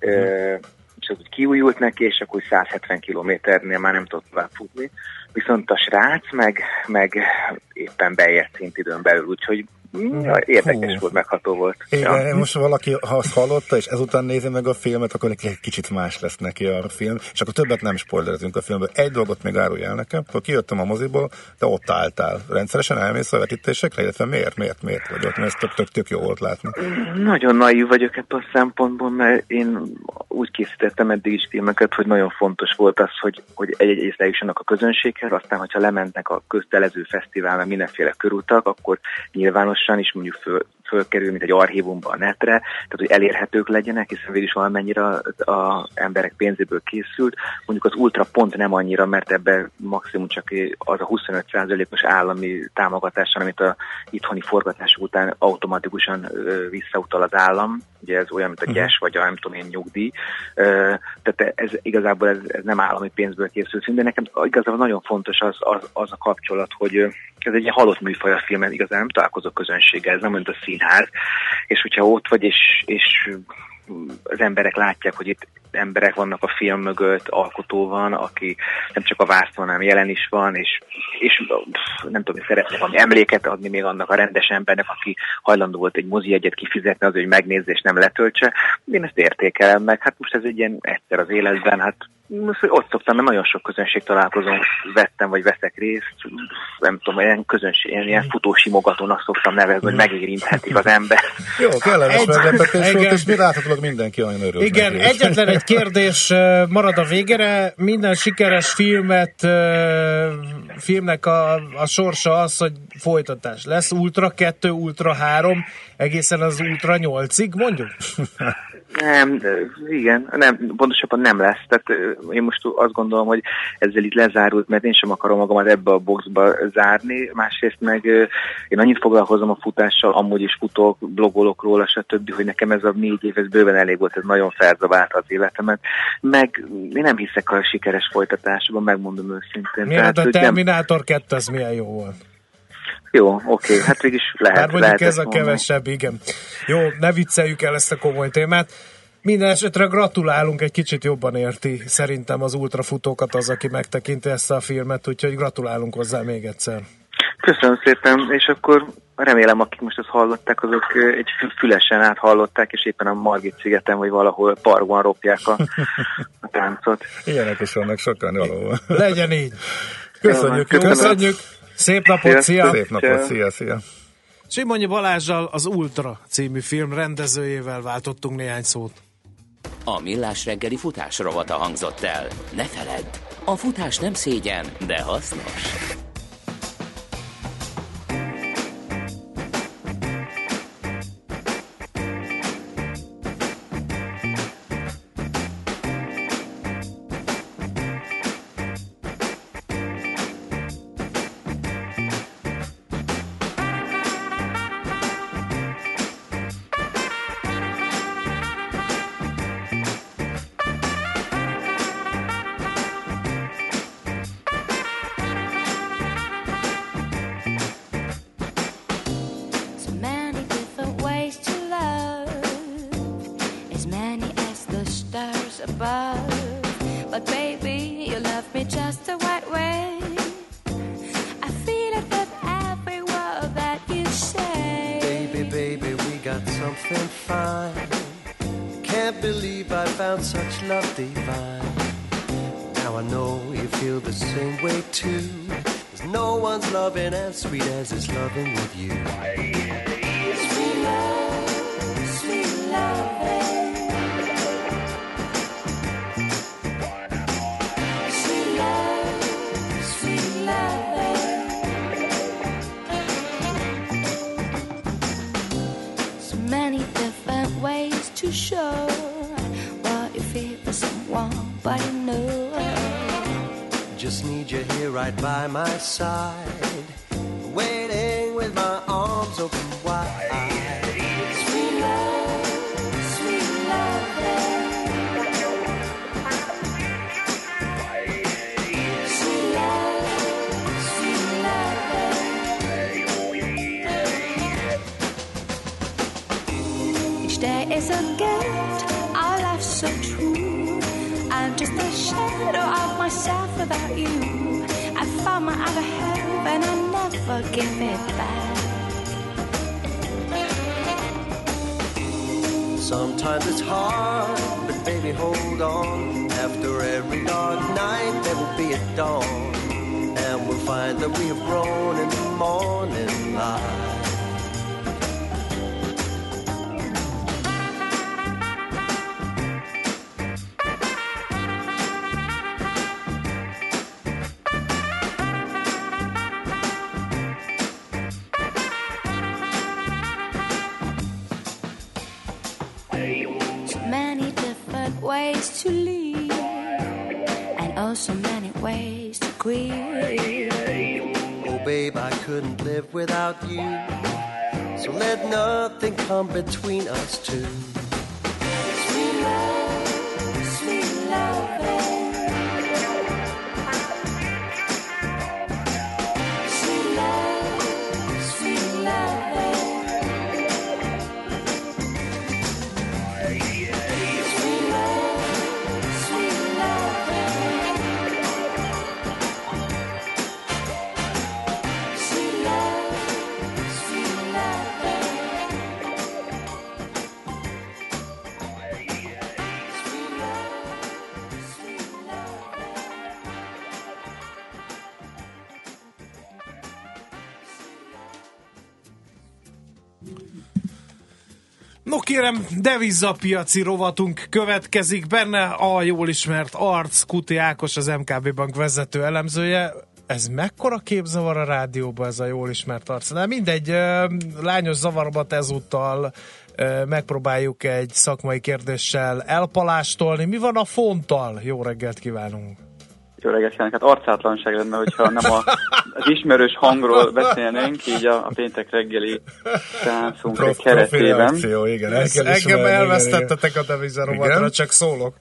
Ö, és az úgy kiújult neki, és akkor százhetven kilométernél már nem tudott tovább futni. Viszont a srác meg, meg éppen beért szintidőn belül, úgyhogy ja, érdekes Hú. volt, megható volt. Igen, ja. most valaki, ha azt hallotta, és ezután nézi meg a filmet, akkor egy kicsit más lesz neki a film, és akkor többet nem spoilerezünk a filmből. Egy dolgot még árulj el nekem, akkor kijöttem a moziból, de ott álltál. Rendszeresen elmész a vetítésekre, illetve miért, miért, miért vagy ott, mert ez tök, tök, tök jó volt látni. Nagyon naív vagyok ebből a szempontból, mert én úgy készítettem eddig is filmeket, hogy nagyon fontos volt az, hogy, hogy egy-egy észre jussanak a közönséghez, aztán, hogyha lementnek a köztelező fesztiválra mindenféle körutak, akkor nyilvános is mondjuk föl, fölkerül, mint egy archívumba a netre, tehát hogy elérhetők legyenek, hiszen végül is valamennyire az emberek pénzéből készült. Mondjuk az Ultra pont nem annyira, mert ebben maximum csak az a huszonöt százalékos állami támogatás, amit a itthoni forgatások után automatikusan visszautal az állam. Ugye ez olyan, mint a gyes, vagy a nem tudom én nyugdíj. Tehát ez igazából ez, ez nem állami pénzből készült film, de nekem igazából nagyon fontos az, az, az a kapcsolat, hogy ez egy ilyen halott műfaj a film, igazán nem találkozok közönséggel, ez nem mint a színház, és hogyha ott vagy, és, és az emberek látják, hogy itt emberek vannak a film mögött, alkotó van, aki nem csak a vászon, hanem jelen is van, és, és pff, nem tudom, hogy szeretnék valami emléket adni még annak a rendes embernek, aki hajlandó volt egy mozijegyet kifizetni azért, hogy megnézze és nem letöltse. Én ezt értékelem meg. Hát most ez egy ilyen egyszer az életben, hát most, hogy ott szoktam, mert nagyon sok közönség találkozom, vettem vagy veszek részt, nem tudom, ilyen közönség, ilyen futósimogatónak szoktam nevezni, hogy megérinthetik az ember. Jó, kellemes meglepetés volt, és mi láthatólag mindenki olyan örül. Igen, neki. Egyetlen egy kérdés marad a végére. Minden sikeres filmet, filmnek a, a sorsa az, hogy folytatás lesz. Ultra kettő, Ultra három, egészen az Ultra nyolcig, mondjuk? Nem, igen, nem, pontosabban nem lesz. Tehát én most azt gondolom, hogy ezzel itt lezárult, mert én sem akarom magamat ebbe a boxba zárni. Másrészt meg én annyit foglalkozom a futással, amúgy is futok, blogolok róla, stb., hogy nekem ez a négy év, ez bőven elég volt, ez nagyon felzabálta az életemet. Meg én nem hiszek a sikeres folytatásban, megmondom őszintén. Milyen a Terminátor nem... kettő, az milyen jó volt. Jó, oké, hát végülis lehet. Hát mondjuk lehet ez a mondani. Kevesebb, igen. Jó, ne vicceljük el ezt a komoly témát. Minden esetre gratulálunk, egy kicsit jobban érti szerintem az ultrafutókat az, aki megtekinti ezt a filmet, úgyhogy gratulálunk hozzá még egyszer. Köszönöm szépen, és akkor remélem, akik most ezt hallották, azok egy fülesen áthallották, és éppen a Margit szigeten, vagy valahol parkban ropják a, a táncot. Ilyenek is vannak sokan valahol. Legyen így. Köszönjük. Köszönjük. Köszönjük. Szép napot, szia! Szép napot, szia, szia! Simonyi Balázssal, az Ultra című film rendezőjével váltottunk néhány szót. A Millás reggeli futás rovata hangzott el. Ne feledd, a futás nem szégyen, de hasznos. Sweet as it's loving with you. Sweet love, sweet loving. Sweet love, sweet loving. So many different ways to show what you feel for someone, but you know. Just need you here right by my side. Waiting with my arms open wide. Sweet love, sweet love. Sweet love, sweet love. Each day is a gift, our life's so true. I'm just a shadow of myself without you. I found my other half and I never give it back. Sometimes it's hard, but baby hold on. After every dark night there will be a dawn, and we'll find that we have grown in the morning light. ways to leave, and oh, so many ways to grieve. Oh, babe, I couldn't live without you, so let nothing come between us two. Sweet love, sweet love. No kérem, devizapiaci rovatunk következik, benne a jól ismert arc, Kuti Ákos, az em ká bé Bank vezető elemzője. Ez mekkora képzavar a rádióban, ez a jól ismert arc? De mindegy, lányos zavarbat ezúttal megpróbáljuk egy szakmai kérdéssel elpalástolni. Mi van a fonttal? Jó reggelt kívánunk! Jó reggelt kívánok! Hát arcátlanság lenne, hogyha nem a, az ismerős hangról beszélnénk, így a, a péntek reggeli seanszunk Prof, keretében. Igen, el engem elvesztettetek a devizarobatra, csak szólok.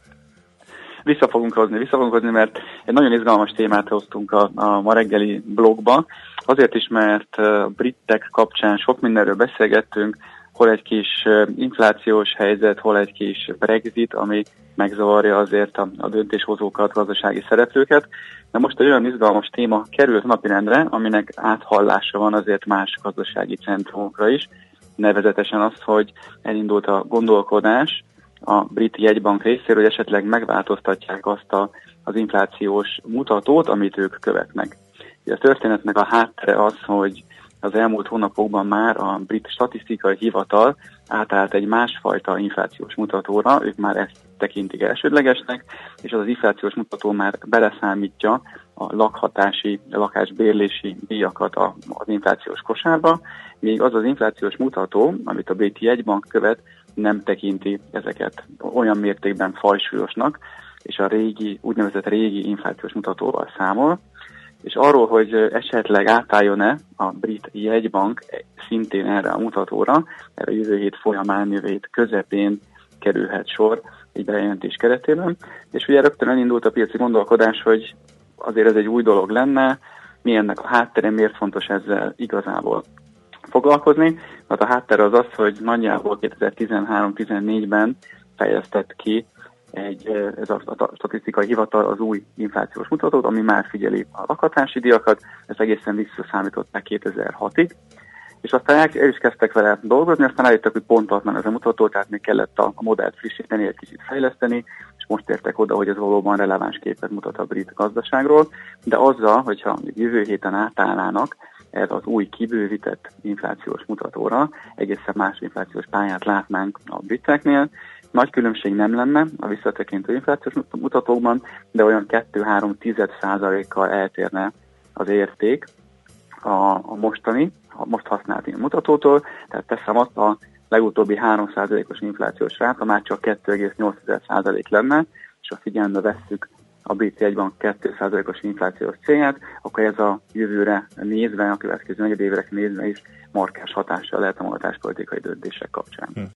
Vissza fogunk hozni, vissza fogunk hozni, mert egy nagyon izgalmas témát hoztunk a, a ma reggeli blogba. Azért is, mert a britek kapcsán sok mindenről beszélgettünk, hol egy kis inflációs helyzet, hol egy kis Brexit, ami megzavarja azért a, a döntéshozókat, gazdasági szereplőket. De most egy olyan izgalmas téma került napirendre, aminek áthallása van azért más gazdasági centrumokra is. Nevezetesen az, hogy elindult a gondolkodás a brit jegybank részéről, hogy esetleg megváltoztatják azt a, az inflációs mutatót, amit ők követnek. A történetnek a háttere az, hogy az elmúlt hónapokban már a brit statisztikai hivatal átállt egy másfajta inflációs mutatóra, ők már ezt tekintik elsődlegesnek, és az az inflációs mutató már beleszámítja a lakhatási, a lakásbérlési díjakat az inflációs kosárba, míg az az inflációs mutató, amit a brit jegybank követ, nem tekinti ezeket olyan mértékben fajsúlyosnak, és a régi, úgynevezett régi inflációs mutatóval számol, és arról, hogy esetleg átálljon-e a brit jegybank szintén erre a mutatóra, erre a jövő hét folyamán, jövő hét közepén kerülhet sor egy bejelentés keretében. És ugye rögtön elindult a piaci gondolkodás, hogy azért ez egy új dolog lenne, mi ennek a háttere, miért fontos ezzel igazából foglalkozni. Hát a háttere az az, hogy nagyjából kétezer-tizenhárom tizennégyben fejlesztett ki egy, ez a, a statisztikai hivatal az új inflációs mutatót, ami már figyeli a lakhatási díjakat, ezt egészen visszaszámították kétezer-hatig, és aztán el, el is kezdtek vele dolgozni, aztán eljöttek, hogy pontatlan ez a mutató, tehát még kellett a, a modellt frissíteni, egy kicsit fejleszteni, és most értek oda, hogy ez valóban releváns képet mutat a brit gazdaságról, de azzal, hogyha jövő héten átállnának ez az új kibővített inflációs mutatóra, egészen más inflációs pályát látnánk a briteknél. Nagy különbség nem lenne a visszatekintő inflációs mutatókban, de olyan kettő-három százalékkal eltérne az érték a, a mostani, a most használt mutatótól, tehát teszem azt, a legutóbbi három százalékos inflációs ráta már csak kettő egész nyolc százalék lenne, és ha figyelembe vesszük a brit jegybank két százalékos inflációs célját, akkor ez a jövőre nézve, a következő negyedévre nézve is markáns hatással lehet a monetárpolitikai döntések kapcsán. Hm.